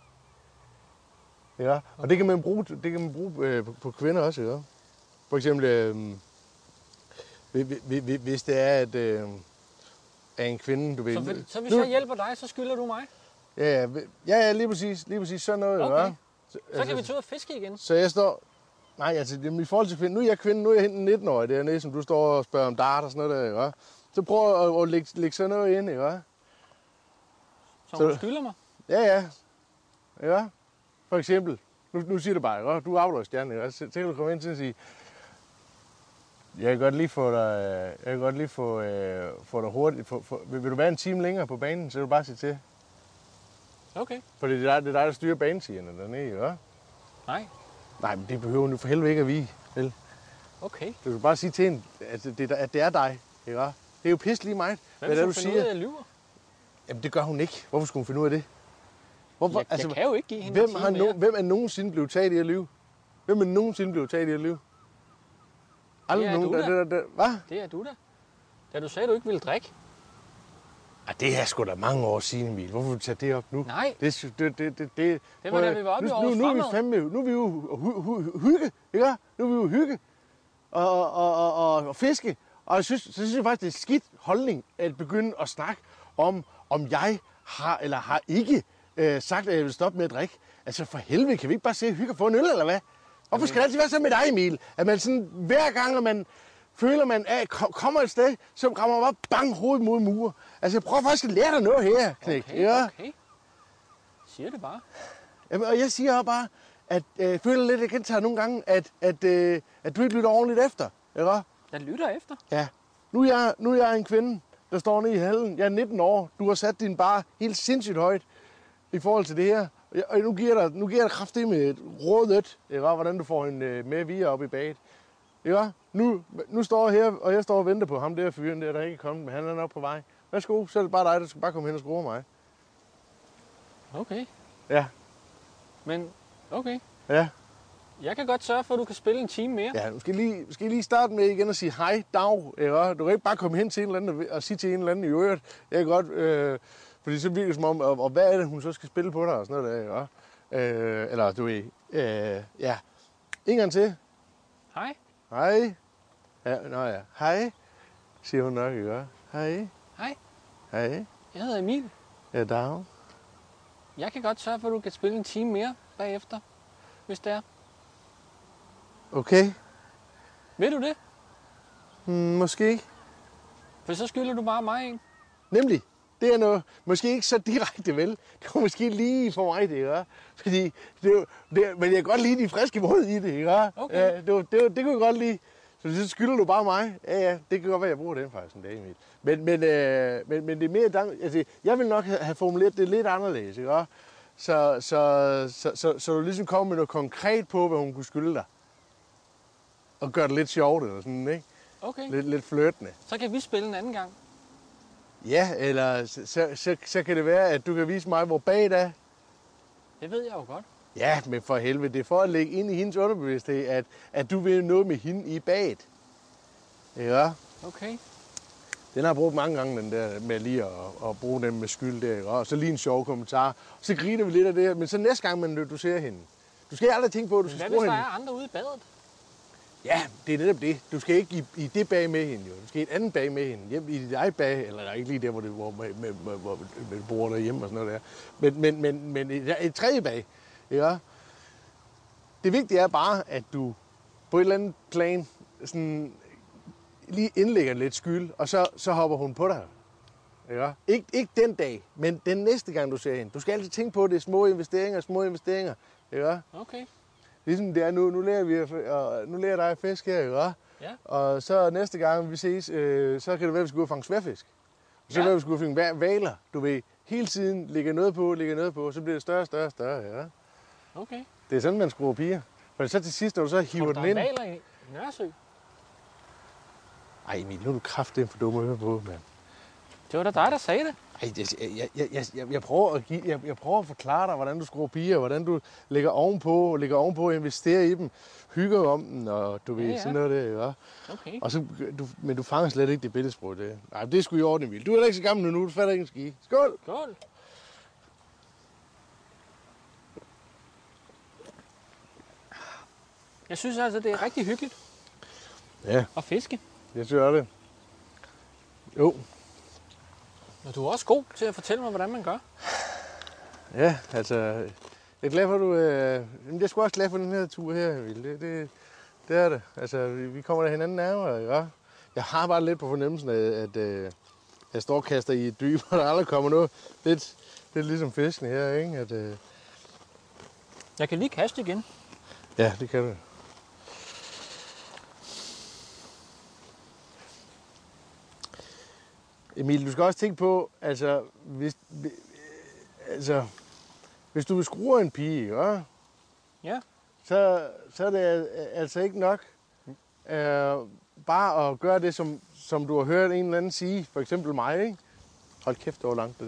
Ja, og det kan man bruge, på kvinder også, ikke? For eksempel, hvis det er, at en kvinde, du ved... Så hvis jeg hjælper dig, så skylder du mig? Ja, lige præcis sådan noget, Okay. ikke? Så kan vi tage ud og fiske igen. Så jeg står... Nej, altså i forhold til kvinde... Nu er jeg kvinde, nu er jeg henten 19-årig dernede, som du står og spørger om dart og sådan noget der, ikke? Så prøv at lægge sådan noget ind, ikke? Så du skylder mig? Ja. For eksempel, nu siger du bare, ikke? Du er afdragsstjerne, ikke? Så kan du komme ind til at sige, jeg kan godt lige få dig hurtigt. Vil du være en time længere på banen, så vil du bare sige til. Okay. For det er dig, der styrer banesigerne dernede, ikke? Nej. Nej, men det behøver du for helvede ikke at vide, vel? Okay. Du kan bare sige til hende, at det er dig, ikke? Det er jo pisse lige meget. Hvad hvis hun finder ud af, at jeg lyver? Jamen, det gør hun ikke. Hvorfor skulle hun finde ud af det? Hvorfor? Jeg kan jo ikke give hende Hvem er nogensinde blevet taget i at lyve? Hvem er nogensinde blevet taget i at lyve? Aldrig nogen. Hvad? Det er du da. Da du sagde, at du ikke ville drikke. Det er sgu da mange år siden, Emil. Hvorfor vil du tage det op nu? Nej. Det var da vi var oppe i Aarhus Nu er vi jo hygge, ikke? Nu er vi jo hygge og fiske. Og så synes jeg faktisk, det er skidt holdning at begynde at snakke om jeg har eller har ikke sagt, at jeg vil stoppe med at drikke. Altså for helvede, kan vi ikke bare se hygge og få en øl, eller hvad? Hvorfor skal det altid være sådan med dig, Emil? At man sådan, hver gang, at man føler, man kommer et sted, så rammer man bare bang hovedet mod mur. Altså jeg prøver faktisk at lære dig noget her, knæk. Okay. Siger det bare. Jamen, og jeg siger også bare, at jeg føler lidt, jeg gentager nogle gange, at du ikke lytter ordentligt efter. Ikke? Jeg lytter efter. Ja. Nu er jeg en kvinde, der står nede i hallen. Jeg er 19 år. Du har sat din bar helt sindssygt højt i forhold til det her. Og nu giver jeg dig kraftigt med et rådet, hvordan du får hende med via op i baget. Ikke? Nu står jeg her, og jeg står og venter på ham der fyren der ikke er kommet, men han er nok på vej. Værsgo, så er det bare dig, der skal bare komme hen og skrue mig. Okay. Ja. Men, okay. Ja. Jeg kan godt sørge for, at du kan spille en time mere. Ja, du skal lige starte med igen og sige hej, dag. Ikke? Du kan ikke bare komme hen til en eller anden og sige til en eller anden i øvrigt. Jeg kan godt, fordi så virker det som om, og hvad er det, hun så skal spille på dig og sådan noget der, ikke? Eller du ved, ja. En gang til. Hej. Hej. Ja. Hej, siger hun nok, ikke? Hej. Hej. Hej. Jeg hedder Emil. Ja, dag. Jeg kan godt sørge for, at du kan spille en time mere bagefter, hvis det er. Okay. Vil du det? Måske ikke. For så skylder du bare mig en. Nemlig. Det er noget, måske ikke så direkte vel. Det var måske lige for mig det, ikke? Fordi men jeg kan godt lide de friske måde i det, ikke? Okay. Ja, det kunne jeg godt lide. så skylder du bare mig. Ja, det kan godt være, jeg bruger den faktisk en dag, Emil. Men det er mere... Altså, jeg vil nok have formuleret det lidt anderledes, ikke? Så du ligesom kommer med noget konkret på, hvad hun kunne skylde dig. Og gør det lidt sjovt eller sådan, ikke? Okay. Lidt flirtende. Så kan vi spille en anden gang. Ja, eller så kan det være, at du kan vise mig, hvor baget er. Det ved jeg jo godt. Ja, men for helvede, det er for at lægge ind i hendes underbevidsthed, at du vil noget med hende i baget. Ja. Okay. Den har jeg brugt mange gange, den der med lige at bruge dem med skyld der, ikke? Og så lige en sjov kommentar. Så griner vi lidt af det, men så næste gang, du ser hende. Du skal aldrig tænke på, at du skal skrue hende. Hvad hvis der er andre ude i badet? Ja, det er netop det. Du skal ikke i det bag med hende, jo. Du skal i et andet bag med hende. Hjem i dit eget bag, eller ikke lige der, hvor du bor derhjemme og sådan noget der. Men et tredje bag, ja. Det vigtige er bare, at du på et eller andet plan sådan lige indlægger lidt skyld, og så hopper hun på dig. Ja. Ikke den dag, men den næste gang, du ser hende. Du skal altid tænke på, at det er små investeringer. Ja. Okay. Ligesom det er nu lærer dig at fiske her, ikke? Ja. Og så næste gang vi ses, så kan det være, at vi skal gå og fange sværfisk. Og så kan det være, at vi skal gå og fange valer. Du ved, hele tiden ligger noget på, og så bliver det større, ja. Okay. Det er sådan, man skruer piger. For så til sidst, når du så hiver den ind... Tror du, der er valer i Nørresø? Ej Emil, nu er du kraftedeme for dum at høre på, mand. Det var da dig, der sagde det. Ej, jeg prøver at forklare dig, hvordan du skruer piger, hvordan du lægger ovenpå, investerer i dem, hygger om den, og du ved, sådan noget der, ja. Okay. Og så, men du fanger slet ikke det billedsprog, det. Nej, det er sgu i orden, Emil. Du er da ikke så gammel nu, du fatter ikke en ski. Skål! Skål! Jeg synes altså, det er rigtig hyggeligt. Ja. At fiske. Jeg synes også det. Jo. Og du er også god til at fortælle mig, hvordan man gør. Ja, altså... Jeg er glad for, at du... Jeg er sgu også glad for den her tur her, Emil. Det er det. Altså, vi kommer der hinanden nærmere, ja. Jeg har bare lidt på fornemmelsen af, at jeg står og kaster i et dyb, og der aldrig kommer noget. Lidt ligesom fisken her, ikke? At, Jeg kan lige kaste igen. Ja, det kan du. Emil, du skal også tænke på, altså, hvis du vil skrue en pige, ja, så er det altså ikke nok bare at gøre det, som du har hørt en eller anden sige, for eksempel mig, ikke? Hold kæft, det var langt det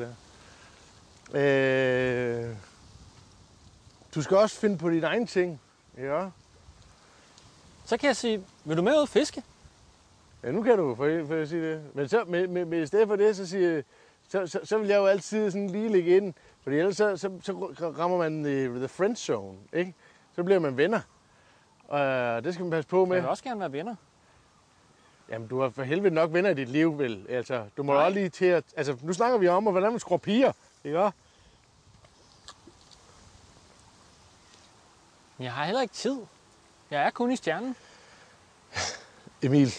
der. Du skal også finde på dine egne ting, ja. Så kan jeg sige, vil du med ud og fiske? Ja, nu kan du, for at sige det. Men så, med i stedet for det, så siger så vil jeg jo altid sådan lige ligge ind. Fordi ellers så rammer man the friend zone, ikke? Så bliver man venner. Og det skal man passe på med. Jeg vil også gerne være venner. Jamen, du har for helvede nok venner i dit liv, vel? Altså, du må også lige til at... Altså, nu snakker vi om, hvordan man skruer piger, ikke? Jeg har heller ikke tid. Jeg er kun i stjernen. Emil,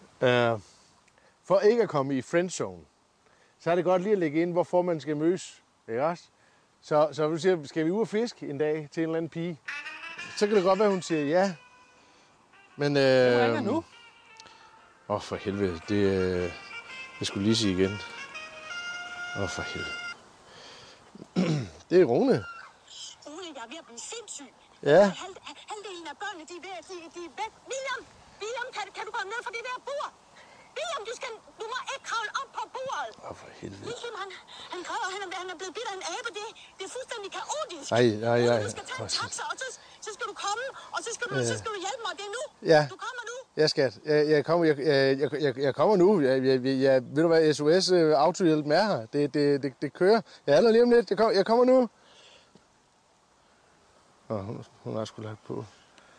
for ikke at komme i friendzone, så er det godt lige at lægge ind, hvorfor man skal mødes. Ikke også? Så du siger, skal vi ud og fiske en dag til en eller anden pige? Så kan det godt være, hun siger ja. Men... Du ringer nu. For helvede. Det skulle lige sige igen. For helvede. Det er Rune. Rune, jeg er ved at blive sindssyg. Ja. Halvdelen af børnene, de er væk. William, kan du komme ned fra det der bord? William, du må ikke kravle op på bordet. For helvede. William, han græder, han er blevet bidt af en abe. Det er fuldstændig kaotisk. Ej. Du skal tage en taxa, og så skal du komme, og så skal du hjælpe mig. Det er nu. Ja. Du kommer nu. Ja, skat. Jeg kommer nu. Ved du hvad, SOS autohjælp er her. Det kører. Jeg er der lige om lidt. Jeg kommer nu. Hun har sgu lagt på.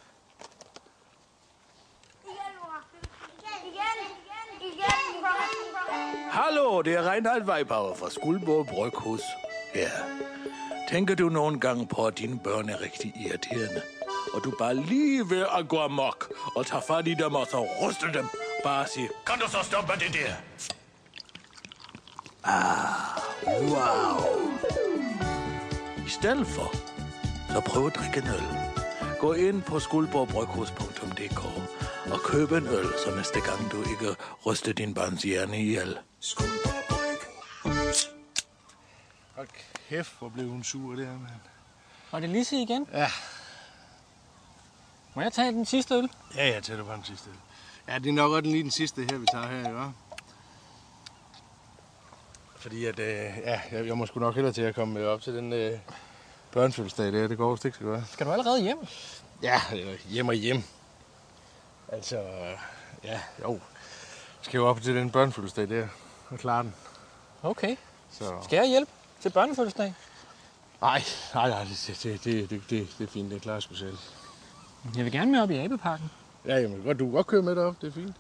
Hallo, det er Reinhard Weibauer fra Skuldborg Bryghus. Ja. Tænker du nogle gange på, at dine børn er rigtig irriterende? Og du bare lige ved at gå amok og tage fat i dem og så ryste dem. Bare sige, kan du så stoppe det der? Wow. I stedet for, så prøv at drikke en øl. Gå ind på skuldborgbryghus.dk og køb en øl, så næste gang du ikke ryster din barns hjerne ihjel. Hold kæft, hvor blev hun sur der, mand. Og det Lise igen? Ja. Må jeg tage den sidste øl? Ja, jeg tager det bare den sidste øl. Ja, det er nok også lige den sidste her, vi tager her, ikke? Fordi at, jeg må sgu nok hellere til at komme op til den børnefødselsdag der. Det går vist ikke så godt. Skal du allerede hjem? Ja, hjem og hjem. Altså, ja, jo. Skal jo op til den børnefødselsdag der og klare den. Okay. Så. Skal jeg hjælpe til børnefødselsdag? Nej, det er fint. Det klarer jeg sgu selv. Jeg vil gerne med op i Abeparken. Ja, jamen, du kan godt køre med derop. Det er fint.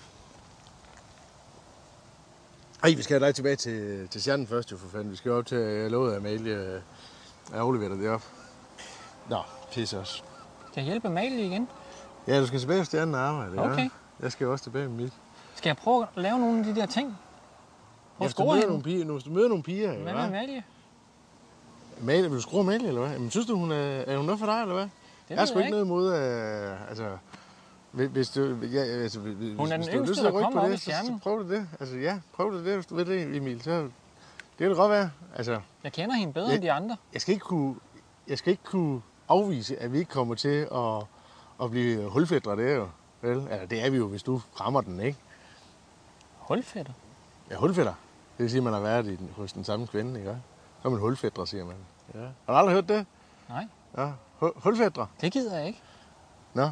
Ej, vi skal have dig tilbage til stjernen først, jo for fanden. Vi skal op til, jeg lovede Amalie at aflevere dig derop. Nå, pisse også. Skal jeg hjælpe Amalie igen? Ja, du skal tilbage til stjernen og arbejde. Okay. Ja. Jeg skal jo også tilbage med mit. Skal jeg prøve at lave nogle af de der ting? Hvis du møder nogle piger, hvad med Amalie? Amalie, vil du skrue Amalie, eller hvad? Jamen, synes du, er hun noget for dig, eller hvad? Jeg har sgu ikke noget imod, altså... Hvis du, ja, altså, hun er den yngste, der kommer op i stjernen. Så prøv det. Altså ja, prøv det, hvis du ved det, Emil. Så det kan det godt være. Altså, jeg kender hende bedre end de andre. Jeg skal ikke kunne afvise, at vi ikke kommer til at blive hulfædre, det er jo. Vel? Altså, det er vi jo, hvis du rammer den, ikke? Hulfædre? Ja, hulfædre. Det vil sige, at man har været hos den samme kvinde, ikke? Så er man hulfædre, siger man. Ja. Har du aldrig hørt det? Nej. Ja, hulfædre. Det gider jeg ikke. Nå.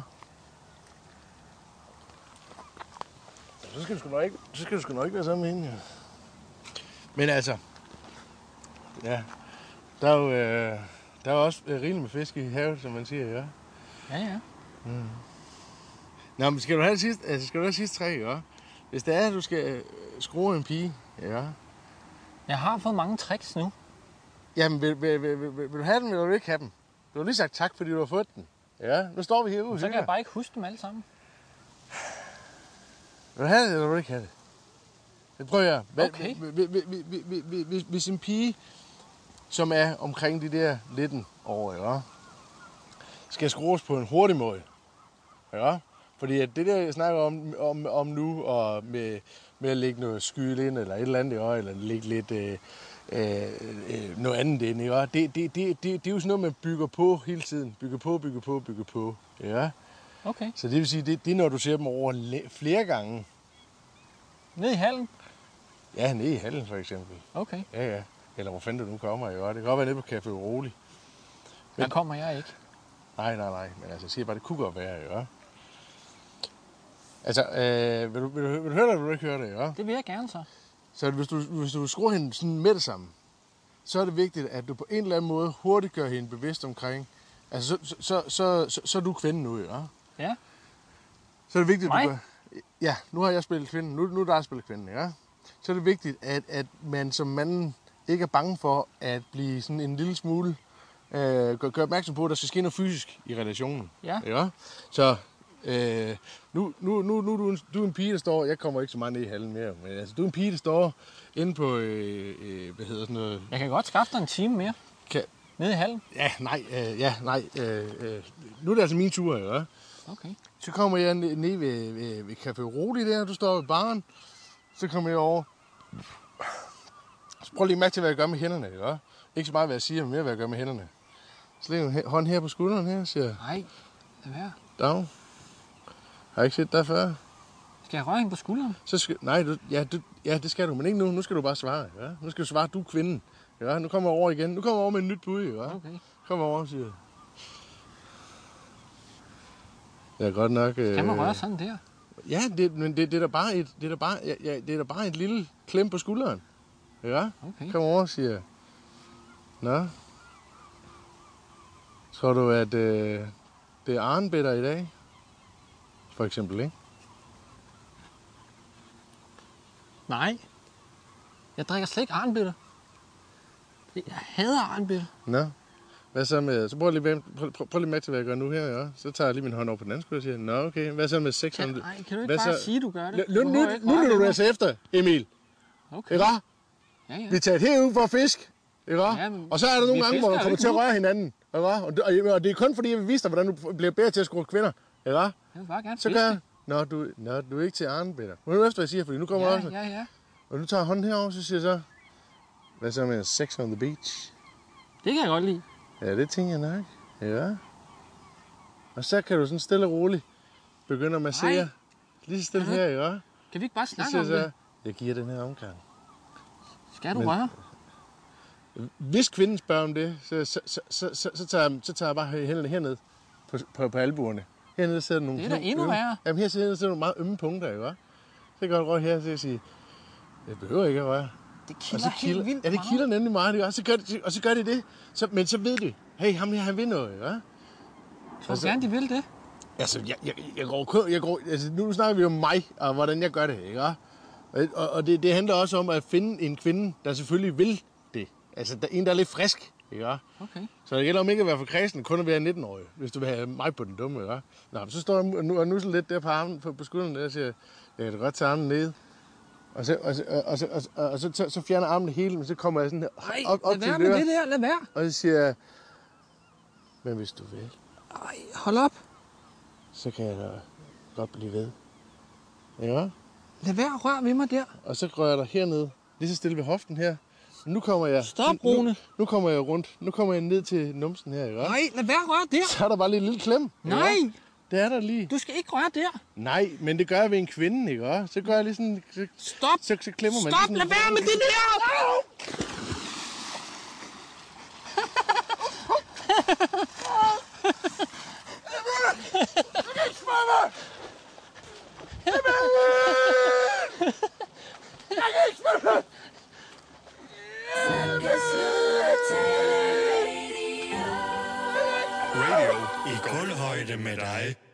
Så skal du sgu nok ikke være sammen med hende, ja. Men altså, ja, der er jo også rigeligt med fisk i havet, som man siger, ja. Ja. Mm. Nå, men skal du have det sidste træk, ja? Hvis det er, at du skal skrue en pige, ja. Jeg har fået mange tricks nu. Jamen, vil du have den, eller vil du ikke have dem? Du har lige sagt tak, fordi du har fået den. Ja, nu står vi herude. Så kan jeg bare ikke huske dem alle sammen. Vil du have det, eller vil du ikke have det? Det prøver jeg. Okay. Hvis en pige, som er omkring de der 19 år, ja, skal skrues på en hurtig måde, ja, fordi at det der, jeg snakker om nu, og med at lægge noget skyld ind, eller et eller andet, ja, eller lægge lidt noget andet ind, ja, det er jo sådan noget, man bygger på hele tiden. Bygger på, ja. Okay. Så det vil sige, det er når du ser dem over flere gange. Nede i hallen? Ja, nede i hallen for eksempel. Okay. Ja. Eller hvor fanden du nu kommer, jo. Det kan godt være nede på Café Rolig. Der kommer jeg ikke. Nej. Men altså, jeg siger bare, det kunne godt være, jo. Altså, vil du høre det, eller vil du ikke høre det, jo? Det vil jeg gerne så. Så hvis du skruer hende sådan med det samme, så er det vigtigt, at du på en eller anden måde hurtigt gør hende bevidst omkring. Altså, så er du kvinden nu, jo. Ja. Så er det vigtigt, at du gør... Ja, nu har jeg spillet kvinden. Nu er der spillet kvinden, ja. Så er det vigtigt, at man som manden ikke er bange for at blive sådan en lille smule... gør opmærksom på, at der skal ske noget fysisk i relationen. Ja. Så nu du er en pige, der står... Jeg kommer ikke så meget ned i hallen mere, men altså, du er en pige, der står inde på... hvad hedder sådan noget... Jeg kan godt skaffe dig en time mere. Nede i hallen? Ja, nej. Nu er det altså min tur, jo. Okay. Så kommer jeg ned ved Café Rolig der, du står ved baren. Så kommer jeg over. Så prøv lige mærke til, hvad jeg gør med hænderne, jo. Ikke så meget, hvad jeg siger, men mere, hvad jeg gør med hænderne. Så lægger jeg hånden her på skulderen her, siger jeg. Nej, lad være. Dag. Har jeg ikke set dig før? Skal jeg røre hende på skulderen? Det skal du, men ikke nu. Nu skal du bare svare, ja. Nu skal du svare, du er kvinden. Ja, nu kommer jeg over igen. Nu kommer jeg over med et nyt bud, ja. Okay. Kommer over, siger jeg. Jeg er godt nok... Kan man røre sådan der? Ja, men det er da bare et lille klem på skulderen. Ja, okay. Kom over, siger jeg. Nå. Tror du, at det er arnbitter i dag? For eksempel, ikke? Nej. Jeg drikker slet ikke arnbitter. Jeg hader arnbitter. Nå. Hvad så med... Så prøv lige med til, hvad jeg gør nu her, ja. Så tager jeg lige min hånd over på den anden skulder og siger, nå, okay. Hvad så med 600... Nej, kan du ikke bare sige, du gør det? Nu er du altså efter, Emil. Okay. Ikke? Ja. Vi er taget herud for at fisk. Ikke? Ja, og så er der nogle gange, hvor du kommer til at røre hinanden. Ikke? Og det er kun fordi, jeg vil vise dig, hvordan du bliver bedre til at skrue kvinder. Ikke? Jeg vil bare gerne så gør, Nå, du er ikke til Arne-Peter. Men nu efter, hvad jeg siger, fordi nu kommer også... Ja. Og du tager hånden herover, så siger jeg så... Hvad så med sex on the beach? Det kan jeg godt lide. Ja, det tænker jeg nok. Ja. Og så kan du sådan stille og roligt begynde at massere. Lige så stille her, ja. Kan vi ikke bare snakke om det? Jeg giver den her omgang. Skal du røre? Hvis kvinden spørger om det, så tager jeg bare hænderne herned på albuerne. Hernede sidder nogle... Det er da endnu værre. Jamen her sidder nogle meget ømme punkter, ikke? Så kan jeg godt røre her, så jeg siger, jeg behøver ikke at røre. Det kilder helt vildt meget. Ja, det kilder nemlig meget, ikke? Og så gør de det. Men så ved du, hey, ham her, han vil noget, ikke? Tror du gerne, de vil det? Altså, nu snakker vi om mig, og hvordan jeg gør det, ikke? Og det handler også om at finde en kvinde, der selvfølgelig vil det. Altså, en, der er lidt frisk, ikke? Okay. Så det gælder om ikke at være for kredsen, kun at være 19-årig, hvis du vil have mig på den dumme, ikke? Nå, så står jeg nu og nusser lidt der på armen, på skulderen der, og siger, jeg kan godt tage armen ned. Og så fjerner armen hele, men så kommer jeg sådan her op til døren. Lad være med det der, lad være. Og så siger jeg, men hvis du vil. Ej, hold op. Så kan jeg da godt blive ved. Ja. Lad være at røre ved mig der. Og så rører jeg dig hernede, lige så stille ved hoften her. Nu kommer jeg... Stop, Rune. Nu kommer jeg rundt. Nu kommer jeg ned til numsen her, ikke? Nej, lad være at røre der. Så er der bare lige en lille klem. Nej. Ja? Det er der lige. Du skal ikke røre der. Nej, men det gør jeg ved en kvinde, ikke? Så gør jeg lige sådan... Stop. Så klemmer man Stop, lige sådan... lad være med det der. Radio i kulhøjde med dig.